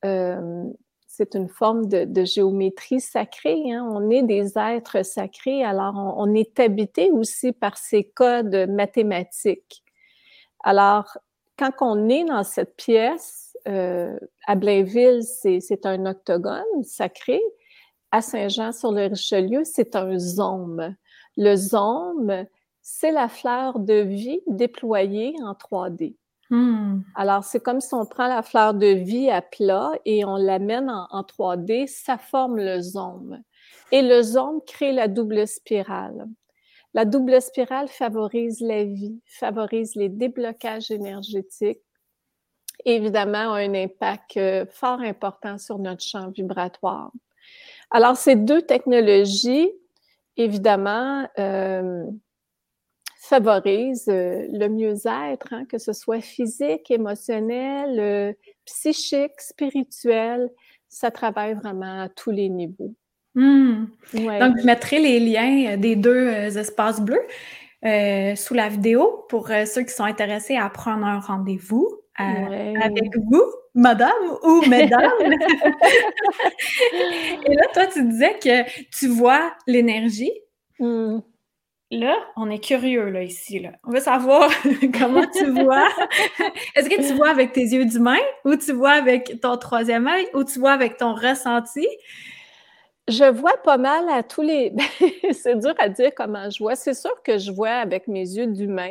c'est une forme de géométrie sacrée. Hein? On est des êtres sacrés, alors on est habité aussi par ces codes mathématiques. Alors, quand on est dans cette pièce, à Blainville, c'est un octogone sacré. À Saint-Jean-sur-le-Richelieu, c'est un zome. Le zome, c'est la fleur de vie déployée en 3D. Alors, c'est comme si on prend la fleur de vie à plat et on l'amène en 3D, ça forme le zome. Et le zome crée la double spirale. La double spirale favorise la vie, favorise les déblocages énergétiques et évidemment a un impact fort important sur notre champ vibratoire. Alors, ces deux technologies, évidemment, favorisent le mieux-être, hein, que ce soit physique, émotionnel, psychique, spirituel. Ça travaille vraiment à tous les niveaux. Ouais. Donc, je mettrai les liens des deux espaces bleus sous la vidéo pour ceux qui sont intéressés à prendre un rendez-vous avec vous, madame ou mesdames. Et là, toi, tu disais que tu vois l'énergie. Là, on est curieux, là, ici, là. On veut savoir comment tu vois. Est-ce que tu vois avec tes yeux d'humain ou tu vois avec ton troisième œil ou tu vois avec ton ressenti? Je vois pas mal à tous les... C'est dur à dire comment je vois. C'est sûr que je vois avec mes yeux d'humain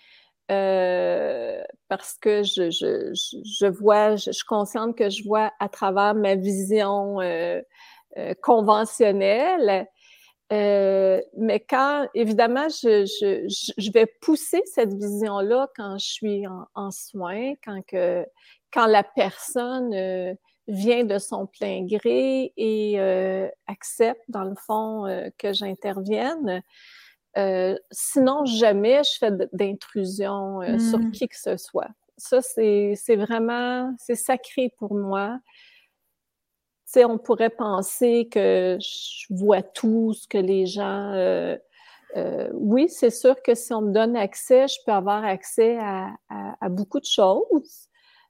parce que je vois, je suis consciente que je vois à travers ma vision conventionnelle. Mais quand, évidemment, je vais pousser cette vision-là quand je suis en soins, quand la personne vient de son plein gré et accepte, dans le fond, que j'intervienne. Sinon, jamais je fais d'intrusion sur qui que ce soit. Ça, c'est vraiment, c'est sacré pour moi. Tu sais, on pourrait penser que je vois tout ce que les gens... oui, c'est sûr que si on me donne accès, je peux avoir accès à beaucoup de choses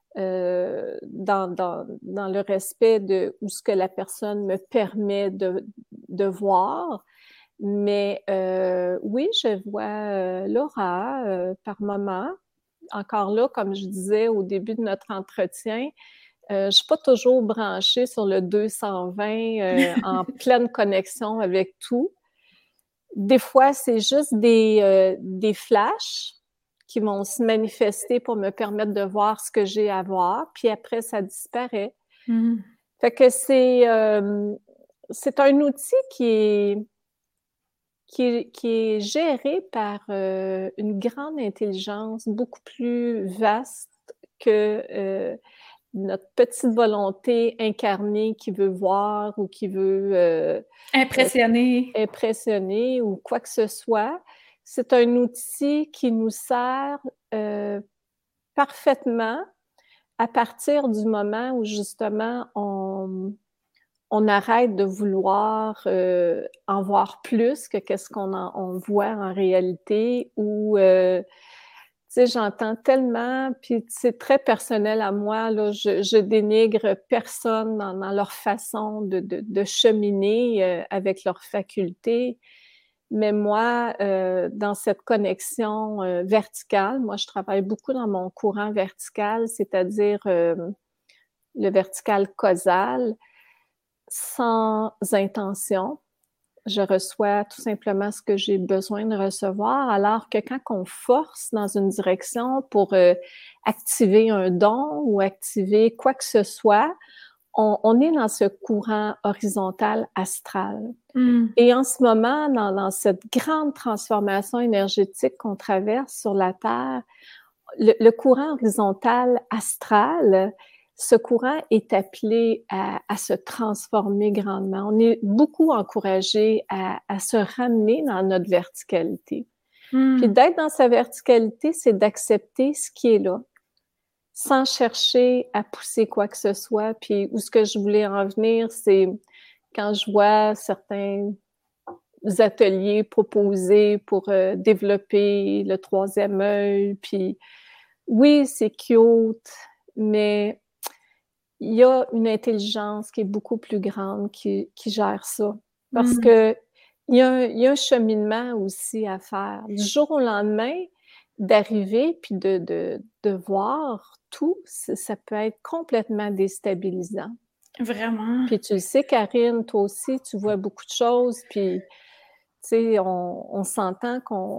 dans le respect de où ce que la personne me permet de voir. Mais oui, je vois Laura par moment. Encore là, comme je disais au début de notre entretien, je suis pas toujours branchée sur le 220 en pleine connexion avec tout. Des fois, c'est juste des flashs qui vont se manifester pour me permettre de voir ce que j'ai à voir, puis après, ça disparaît. Fait que c'est un outil qui est géré par une grande intelligence beaucoup plus vaste que notre petite volonté incarnée qui veut voir ou qui veut impressionner ou quoi que ce soit. C'est un outil qui nous sert parfaitement à partir du moment où justement on arrête de vouloir en voir plus que qu'est-ce qu'on voit en réalité ou tu sais, j'entends tellement, puis c'est très personnel à moi, là, je dénigre personne dans leur façon de cheminer avec leurs facultés, mais moi, dans cette connexion verticale, moi, je travaille beaucoup dans mon courant vertical, c'est-à-dire le vertical causal, sans intention. Je reçois tout simplement ce que j'ai besoin de recevoir, alors que quand on force dans une direction pour activer un don ou activer quoi que ce soit, on est dans ce courant horizontal astral. Et en ce moment, dans cette grande transformation énergétique qu'on traverse sur la Terre, le courant horizontal astral, ce courant est appelé à se transformer grandement. On est beaucoup encouragé à se ramener dans notre verticalité. Puis d'être dans sa verticalité, c'est d'accepter ce qui est là, sans chercher à pousser quoi que ce soit. Puis où ce que je voulais en venir, c'est quand je vois certains ateliers proposés pour développer le troisième œil, puis oui, c'est cute, mais il y a une intelligence qui est beaucoup plus grande qui gère ça. Parce que il y a un cheminement aussi à faire. Du jour au lendemain, d'arriver puis de voir tout, ça peut être complètement déstabilisant. Vraiment. Puis tu le sais, Karine, toi aussi, tu vois beaucoup de choses, puis tu sais, on s'entend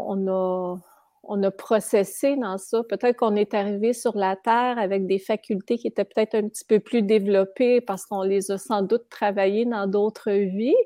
on a processé dans ça. Peut-être qu'on est arrivé sur la Terre avec des facultés qui étaient peut-être un petit peu plus développées parce qu'on les a sans doute travaillées dans d'autres vies.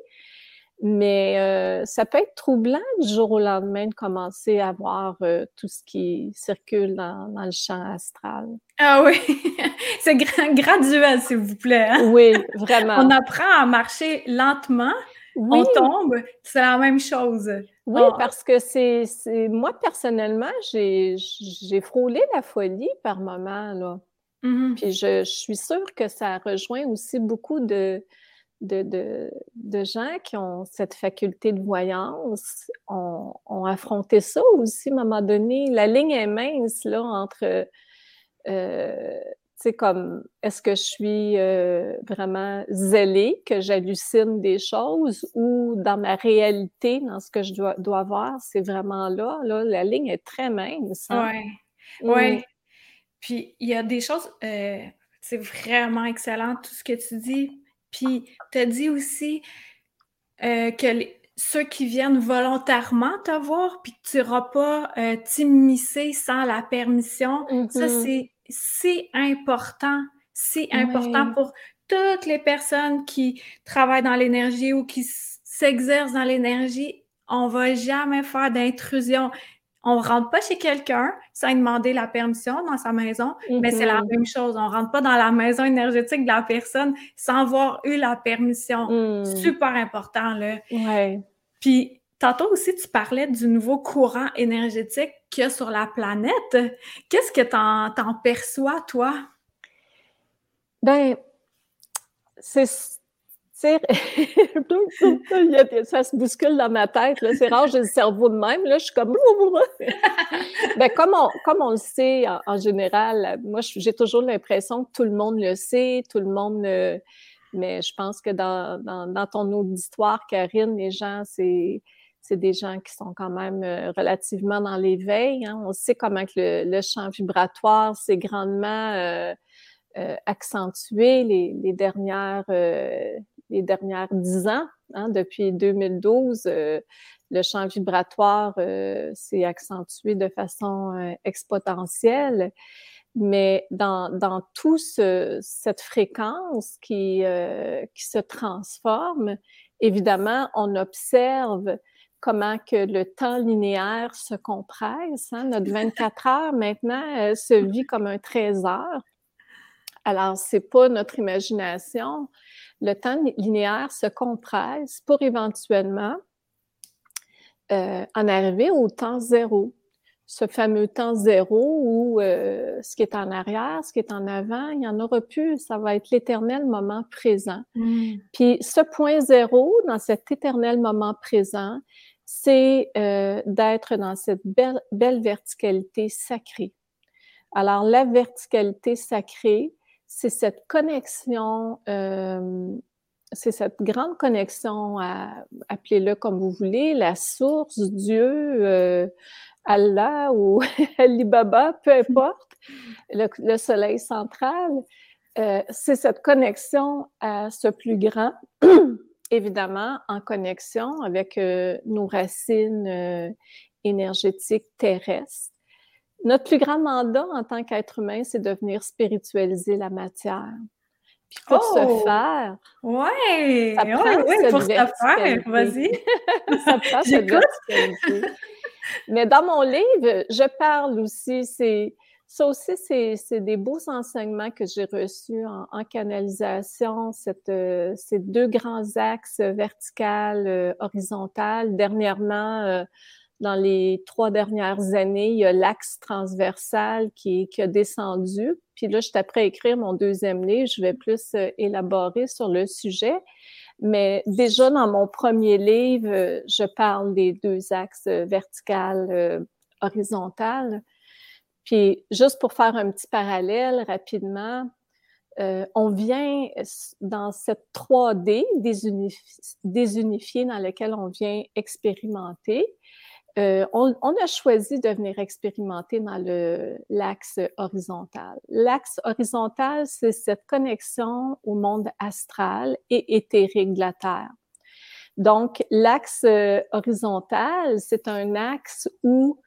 Mais ça peut être troublant du jour au lendemain de commencer à voir tout ce qui circule dans le champ astral. Ah oui, c'est graduel, s'il vous plaît. Hein? Oui, vraiment. On apprend à marcher lentement, oui. On tombe, c'est la même chose. Oui, parce que c'est moi, personnellement, j'ai frôlé la folie par moments, là. Puis je suis sûre que ça rejoint aussi beaucoup de de gens qui ont cette faculté de voyance ont affronté ça aussi à un moment donné. La ligne est mince là, entre tu sais, comme, est-ce que je suis vraiment zélée, que j'hallucine des choses, ou dans ma réalité, dans ce que je dois voir, c'est vraiment là, la ligne est très mince. Hein? Ouais. Puis, il y a des choses, c'est vraiment excellent tout ce que tu dis. Puis, tu as dit aussi que ceux qui viennent volontairement te voir, puis que tu n'iras pas t'immiscer sans la permission, ça, c'est important. C'est important pour toutes les personnes qui travaillent dans l'énergie ou qui s'exercent dans l'énergie. On ne va jamais faire d'intrusion. On ne rentre pas chez quelqu'un sans demander la permission dans sa maison, mais c'est la même chose. On ne rentre pas dans la maison énergétique de la personne sans avoir eu la permission. Super important, là. Ouais. Puis, tantôt aussi, tu parlais du nouveau courant énergétique qu'il y a sur la planète. Qu'est-ce que t'en perçois, toi? Ben, ça se bouscule dans ma tête. Là. C'est rare, j'ai le cerveau de même. Là, je suis comme... ben, comme on le sait en général, moi, j'ai toujours l'impression que tout le monde le sait, tout le monde... mais je pense que dans ton auditoire, Karine, les gens, c'est des gens qui sont quand même relativement dans l'éveil. Hein. On sait comment que le champ vibratoire s'est grandement... accentué les dernières 10 ans. Hein, depuis 2012, le champ vibratoire s'est accentué de façon exponentielle. Mais dans tout cette fréquence qui se transforme, évidemment, on observe comment que le temps linéaire se compresse. Hein? Notre 24 heures, maintenant, se vit comme un 13 heures. Alors, c'est pas notre imagination. Le temps linéaire se compresse pour éventuellement en arriver au temps zéro. Ce fameux temps zéro où ce qui est en arrière, ce qui est en avant, il n'y en aura plus. Ça va être l'éternel moment présent. Puis ce point zéro, dans cet éternel moment présent, c'est d'être dans cette belle verticalité sacrée. Alors, la verticalité sacrée, c'est cette connexion, c'est cette grande connexion, appelez-le comme vous voulez, la source, Dieu, Allah ou Alibaba, peu importe, le soleil central. C'est cette connexion à ce plus grand, évidemment en connexion avec nos racines énergétiques terrestres. Notre plus grand mandat en tant qu'être humain, c'est de venir spiritualiser la matière. Puis pour ce faire, ça prend cette verticalité. Vas-y. Ça prend cette verticalité. Mais dans mon livre, je parle aussi, ça aussi, c'est des beaux enseignements que j'ai reçus en canalisation, ces deux grands axes vertical, horizontal. Dernièrement, dans les 3 dernières années, il y a l'axe transversal qui a descendu. Puis là, je suis après à écrire mon 2e livre. Je vais plus élaborer sur le sujet. Mais déjà, dans mon premier livre, je parle des 2 axes vertical, horizontal. Puis juste pour faire un petit parallèle rapidement, on vient dans cette 3D désunifiée dans laquelle on vient expérimenter. On a choisi de venir expérimenter dans l'axe horizontal. L'axe horizontal, c'est cette connexion au monde astral et éthérique de la Terre. Donc, l'axe horizontal, c'est un axe où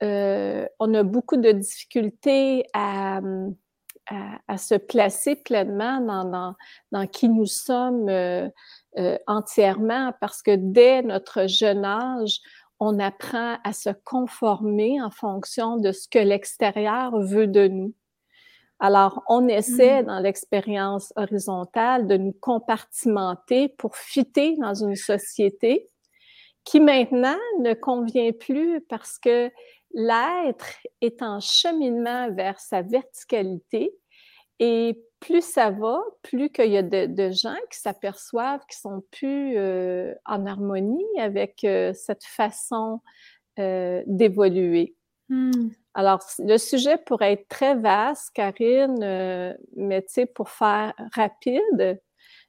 on a beaucoup de difficultés à se placer pleinement dans qui nous sommes entièrement, parce que dès notre jeune âge, on apprend à se conformer en fonction de ce que l'extérieur veut de nous. Alors, on essaie dans l'expérience horizontale de nous compartimenter pour fitter dans une société qui maintenant ne convient plus parce que l'être est en cheminement vers sa verticalité et plus ça va, plus qu'il y a de gens qui s'aperçoivent qu'ils sont plus en harmonie avec cette façon d'évoluer. Alors, le sujet pourrait être très vaste, Karine, mais tu sais, pour faire rapide,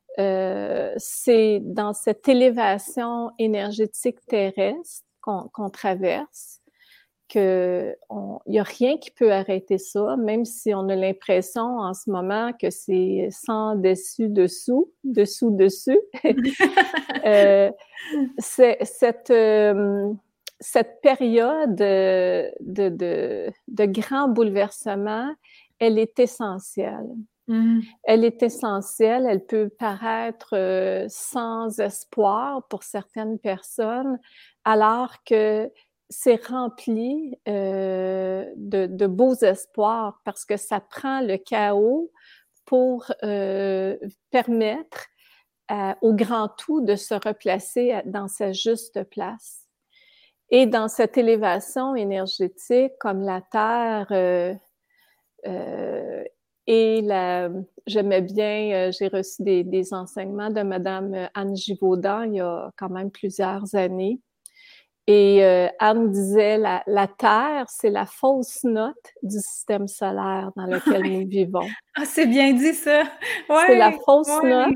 c'est dans cette élévation énergétique terrestre qu'on traverse qu'il n'y a rien qui peut arrêter ça, même si on a l'impression en ce moment que c'est sans dessus-dessous, dessous-dessus. Cette période de grand bouleversement, elle est essentielle. Elle est essentielle, elle peut paraître sans espoir pour certaines personnes, alors que c'est rempli de beaux espoirs parce que ça prend le chaos pour permettre au grand tout de se replacer dans sa juste place. Et dans cette élévation énergétique, comme la Terre j'aimais bien, j'ai reçu des enseignements de Madame Anne Givaudan il y a quand même plusieurs années. Et Anne disait, la Terre, c'est la fausse note du système solaire dans lequel nous vivons. Ah, c'est bien dit ça! Ouais, c'est la fausse note.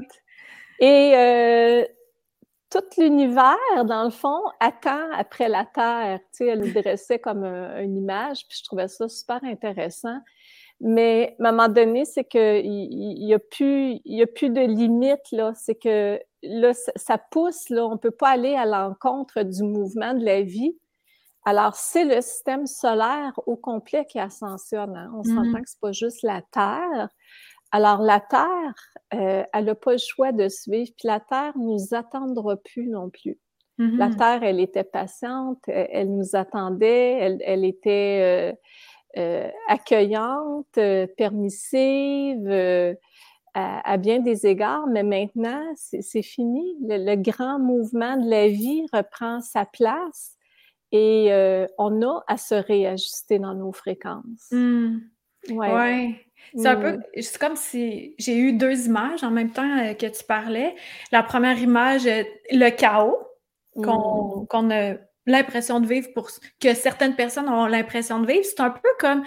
Et tout l'univers, dans le fond, attend après la Terre. Tu sais, elle nous dressait comme une image, puis je trouvais ça super intéressant. Mais à un moment donné, c'est qu'il y a plus de limite, là. C'est que là, ça pousse, là. On peut pas aller à l'encontre du mouvement de la vie. Alors, c'est le système solaire au complet qui ascensionne. Hein? On s'entend que c'est pas juste la Terre. Alors, la Terre, elle n'a pas le choix de suivre, puis la Terre nous attendra plus non plus. La Terre, elle était patiente, elle nous attendait, elle était accueillante, permissive, à bien des égards, mais maintenant, c'est fini. Le grand mouvement de la vie reprend sa place et on a à se réajuster dans nos fréquences. Ouais. C'est un peu, c'est comme si j'ai eu deux images en même temps que tu parlais. La première image, le chaos qu'on a l'impression de vivre, que certaines personnes ont l'impression de vivre. C'est un peu comme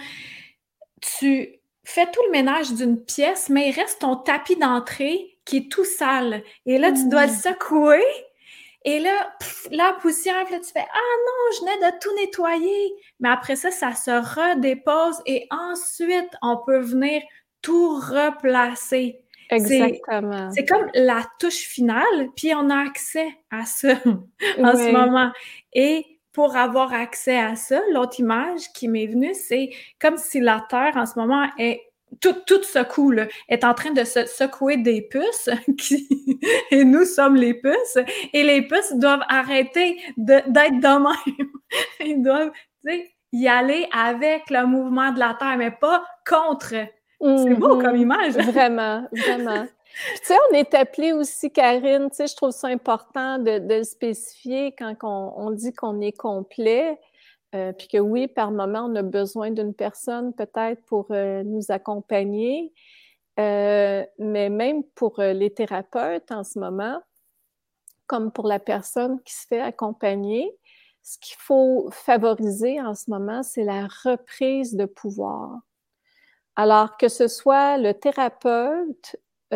tu fais tout le ménage d'une pièce, mais il reste ton tapis d'entrée qui est tout sale. Et là, tu dois le secouer. Et là, la poussière, puis là, tu fais « Ah non, je venais de tout nettoyer! » Mais après ça, ça se redépose et ensuite, on peut venir tout replacer. Exactement. C'est comme la touche finale, puis on a accès à ça en ce moment. Et pour avoir accès à ça, l'autre image qui m'est venue, c'est comme si la Terre, en ce moment, est tout secoue, là, est en train de se secouer des puces et nous sommes les puces et les puces doivent arrêter d'être de même. Ils doivent, tu sais, y aller avec le mouvement de la Terre, mais pas contre. C'est beau comme image. Vraiment, vraiment. Puis, tu sais, on est appelé aussi, Karine, tu sais, je trouve ça important de le spécifier quand on dit qu'on est complet. Puis que oui, par moment, on a besoin d'une personne peut-être pour nous accompagner. Mais même pour les thérapeutes en ce moment, comme pour la personne qui se fait accompagner, ce qu'il faut favoriser en ce moment, c'est la reprise de pouvoir. Alors que ce soit le thérapeute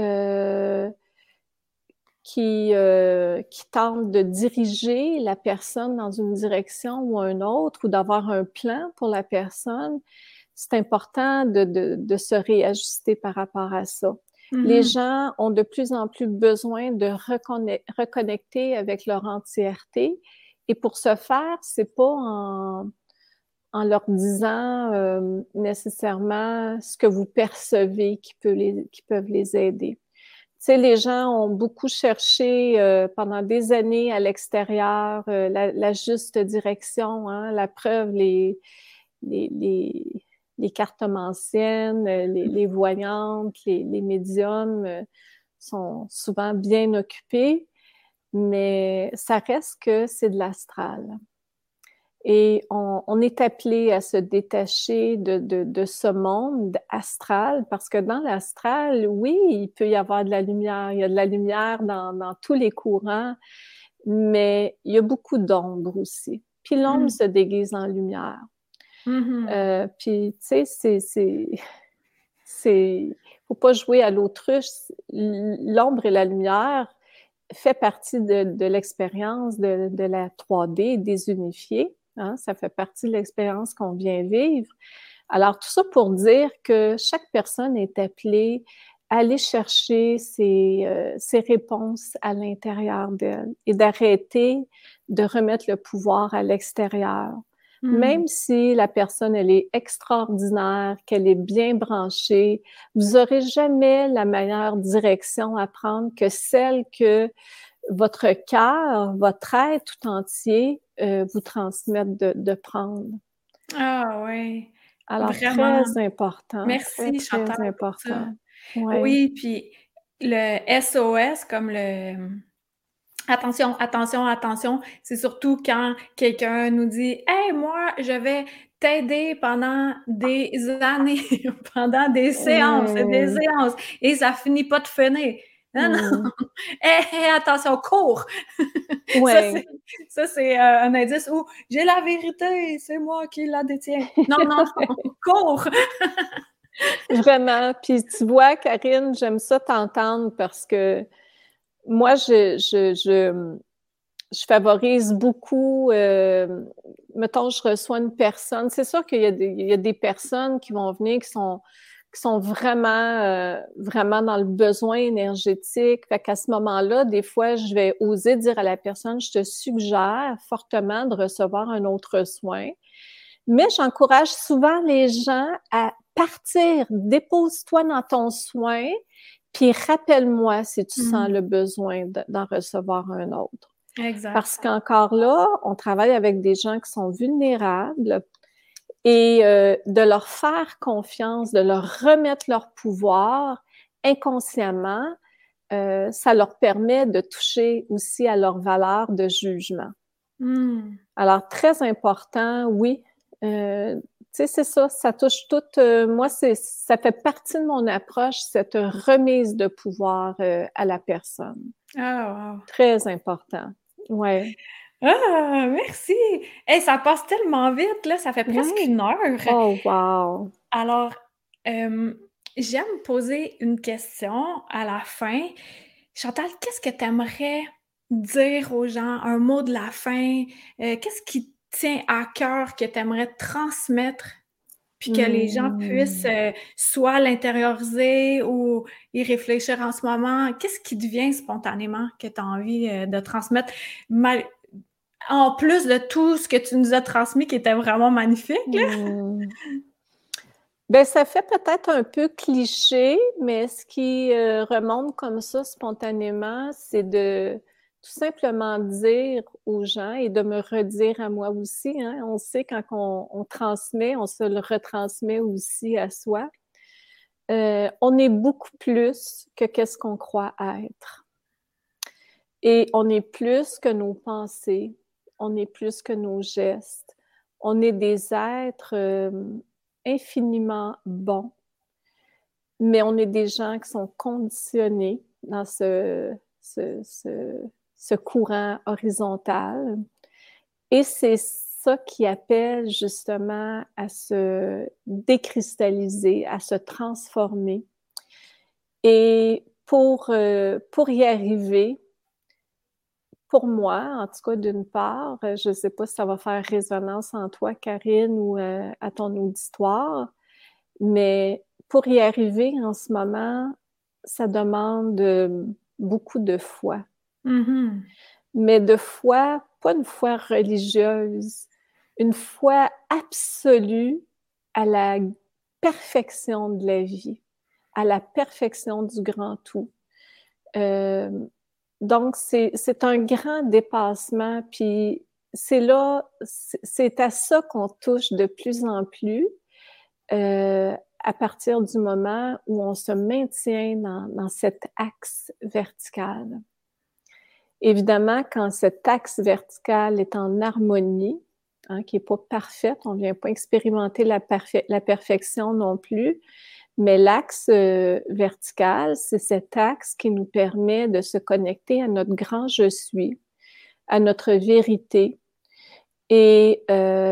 qui tente de diriger la personne dans une direction ou une autre, ou d'avoir un plan pour la personne, c'est important de se réajuster par rapport à ça. Les gens ont de plus en plus besoin de reconnecter avec leur entièreté, et pour ce faire, c'est pas en leur disant nécessairement ce que vous percevez qui peuvent les aider. Tu sais, les gens ont beaucoup cherché pendant des années à l'extérieur la juste direction, hein, la preuve, les cartomanciennes, les voyantes, les médiums sont souvent bien occupés, mais ça reste que c'est de l'astral. Et on est appelé à se détacher de ce monde astral, parce que dans l'astral, oui, il peut y avoir de la lumière. Il y a de la lumière dans tous les courants, mais il y a beaucoup d'ombre aussi. Puis l'ombre se déguise en lumière. Puis, tu sais, faut pas jouer à l'autruche. L'ombre et la lumière fait partie de l'expérience de la 3D désunifiée. Hein? Ça fait partie de l'expérience qu'on vient vivre. Alors, tout ça pour dire que chaque personne est appelée à aller chercher ses réponses à l'intérieur d'elle et d'arrêter de remettre le pouvoir à l'extérieur. Même si la personne, elle est extraordinaire, qu'elle est bien branchée, vous n'aurez jamais la meilleure direction à prendre que celle que votre cœur, votre être tout entier vous transmette de prendre. Ah oui, Alors, vraiment. très important, très, Merci très Chantal pour ça. important. Ouais. Oui, puis le SOS comme le attention, attention, attention, c'est surtout quand quelqu'un nous dit hey, moi, je vais t'aider pendant des années, pendant des séances et des séances, et ça finit pas de finir. Non, non. Hey, attention, cours! Ouais. Ça, c'est un indice où j'ai la vérité, c'est moi qui la détiens. Non, non, non, cours! Vraiment. Puis tu vois, Karine, j'aime ça t'entendre parce que moi, je favorise beaucoup, mettons, je reçois une personne. C'est sûr qu'il y a des personnes qui vont venir qui sont vraiment dans le besoin énergétique. Fait qu'à ce moment-là, des fois, je vais oser dire à la personne, je te suggère fortement de recevoir un autre soin. Mais j'encourage souvent les gens à partir, dépose-toi dans ton soin, puis rappelle-moi si tu sens le besoin d'en recevoir un autre. Exact. Parce qu'encore là, on travaille avec des gens qui sont vulnérables et de leur faire confiance, de leur remettre leur pouvoir inconsciemment, ça leur permet de toucher aussi à leur valeur de jugement. Alors, très important, oui. Tu sais, c'est ça, ça touche tout. Moi, ça fait partie de mon approche, cette remise de pouvoir à la personne. Ah, wow. Très important. Ouais. Ah, merci! Hey, ça passe tellement vite, là, ça fait presque 1 heure. Oh, wow! Alors, j'aime poser une question à la fin. Chantal, qu'est-ce que tu aimerais dire aux gens? Un mot de la fin? Qu'est-ce qui te tient à cœur que tu aimerais transmettre? Puis que les gens puissent soit l'intérioriser ou y réfléchir en ce moment. Qu'est-ce qui te vient spontanément que tu as envie de transmettre? En plus de tout ce que tu nous as transmis qui était vraiment magnifique, là. Ben, ça fait peut-être un peu cliché, mais ce qui remonte comme ça spontanément, c'est de tout simplement dire aux gens et de me redire à moi aussi. Hein. On sait quand on transmet, on se le retransmet aussi à soi. On est beaucoup plus que qu'est-ce qu'on croit être. Et on est plus que nos pensées, on est plus que nos gestes. On est des êtres infiniment bons, mais on est des gens qui sont conditionnés dans ce courant horizontal. Et c'est ça qui appelle justement à se décristalliser, à se transformer. Et pour y arriver, pour moi, en tout cas, d'une part, je ne sais pas si ça va faire résonance en toi, Karine, ou à ton auditoire, mais pour y arriver en ce moment, ça demande beaucoup de foi. Mais de foi, pas une foi religieuse, une foi absolue à la perfection de la vie, à la perfection du grand tout. Donc, c'est un grand dépassement, puis c'est à ça qu'on touche de plus en plus à partir du moment où on se maintient dans cet axe vertical. Évidemment, quand cet axe vertical est en harmonie, qui n'est pas parfaite. On ne vient pas expérimenter la perfection non plus. Mais l'axe vertical, c'est cet axe qui nous permet de se connecter à notre grand je suis, à notre vérité et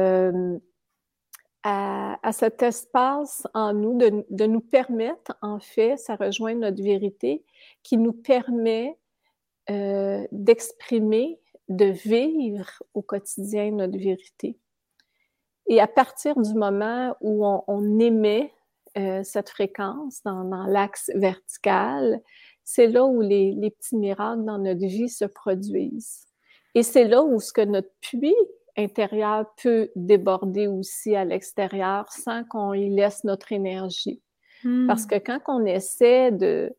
à cet espace en nous de nous permettre, en fait, ça rejoint notre vérité, qui nous permet d'exprimer, de vivre au quotidien notre vérité. Et à partir du moment où on émet cette fréquence dans l'axe vertical, c'est là où les petits miracles dans notre vie se produisent. Et c'est là où ce que notre puits intérieur peut déborder aussi à l'extérieur sans qu'on y laisse notre énergie. Parce que quand on essaie de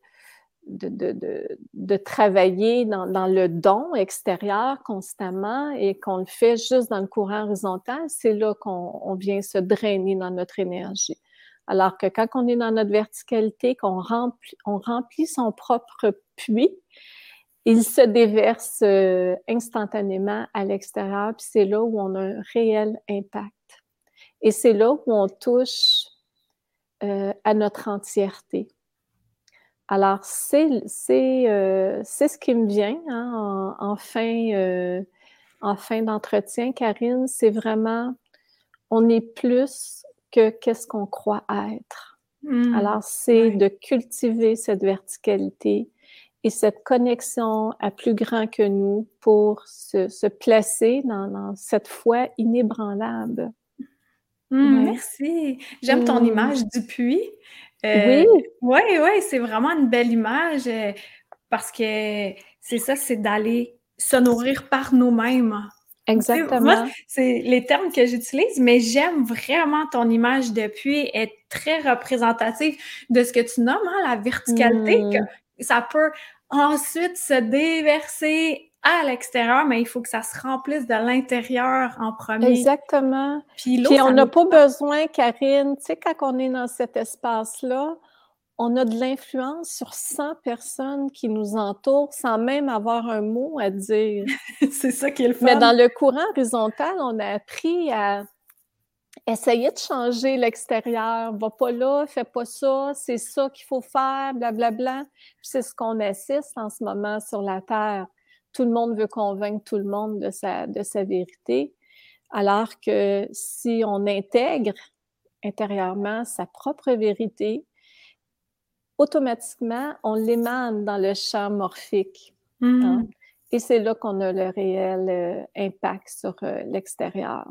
travailler dans le don extérieur constamment et qu'on le fait juste dans le courant horizontal, c'est là qu'on vient se drainer dans notre énergie. Alors que quand on est dans notre verticalité, qu'on remplit son propre puits, il se déverse instantanément à l'extérieur, puis c'est là où on a un réel impact. Et c'est là où on touche à notre entièreté. Alors, c'est ce qui me vient en fin d'entretien, Karine, c'est vraiment, on est plus que qu'est-ce qu'on croit être. Alors, c'est de cultiver cette verticalité et cette connexion à plus grand que nous pour se placer dans cette foi inébranlable. Merci! J'aime ton image du puits. Oui! Oui, c'est vraiment une belle image parce que c'est ça, c'est d'aller se nourrir par nous-mêmes. Exactement. Moi, c'est les termes que j'utilise, mais j'aime vraiment ton image de puits, elle est très représentative de ce que tu nommes, la verticalité, que ça peut ensuite se déverser à l'extérieur, mais il faut que ça se remplisse de l'intérieur en premier. Exactement. Puis on n'a pas besoin, Karine, tu sais, quand on est dans cet espace-là, on a de l'influence sur 100 personnes qui nous entourent sans même avoir un mot à dire. C'est ça qui est le fun. Mais dans le courant horizontal, on a appris à essayer de changer l'extérieur. Va pas là, fais pas ça, c'est ça qu'il faut faire, blablabla. Puis c'est ce qu'on assiste en ce moment sur la Terre. Tout le monde veut convaincre tout le monde de sa vérité, alors que si on intègre intérieurement sa propre vérité, automatiquement, on l'émane dans le champ morphique. Et c'est là qu'on a le réel impact sur l'extérieur.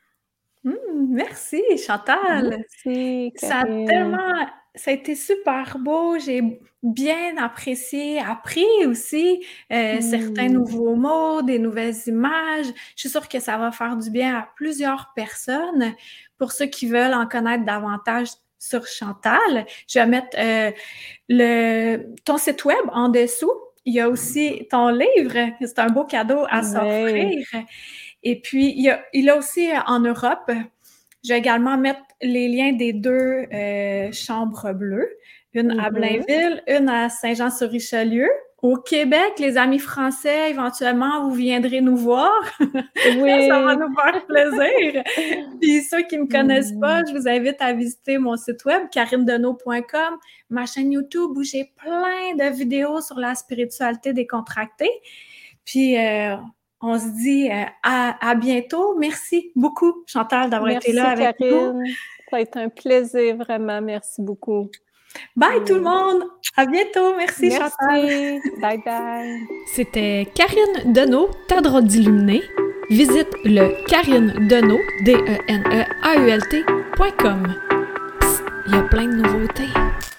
Merci, Chantal! Merci, Karine. Ça a été super beau, j'ai bien appris aussi certains nouveaux mots, des nouvelles images. Je suis sûre que ça va faire du bien à plusieurs personnes. Pour ceux qui veulent en connaître davantage sur Chantal, je vais mettre ton site web en dessous. Il y a aussi ton livre, c'est un beau cadeau à s'offrir. Et puis, il y a aussi en Europe, je vais également mettre les liens des 2 chambres bleues, une à Blainville, une à Saint-Jean-sur-Richelieu. Au Québec, les amis français, éventuellement, vous viendrez nous voir. Oui. Ça va nous faire plaisir. Puis ceux qui ne me connaissent pas, je vous invite à visiter mon site web, karinedeneau.com, ma chaîne YouTube où j'ai plein de vidéos sur la spiritualité décontractée. Puis, on se dit à bientôt. Merci beaucoup, Chantal, d'avoir été là avec Karine. nous. Ça a été un plaisir, vraiment. Merci beaucoup. Bye tout le monde! À bientôt! Merci Chantal! Bye bye! C'était Karine Deneau, ta drôle d'illuminée. Visite le karinedeneault, DENEAULT.com. Il y a plein de nouveautés.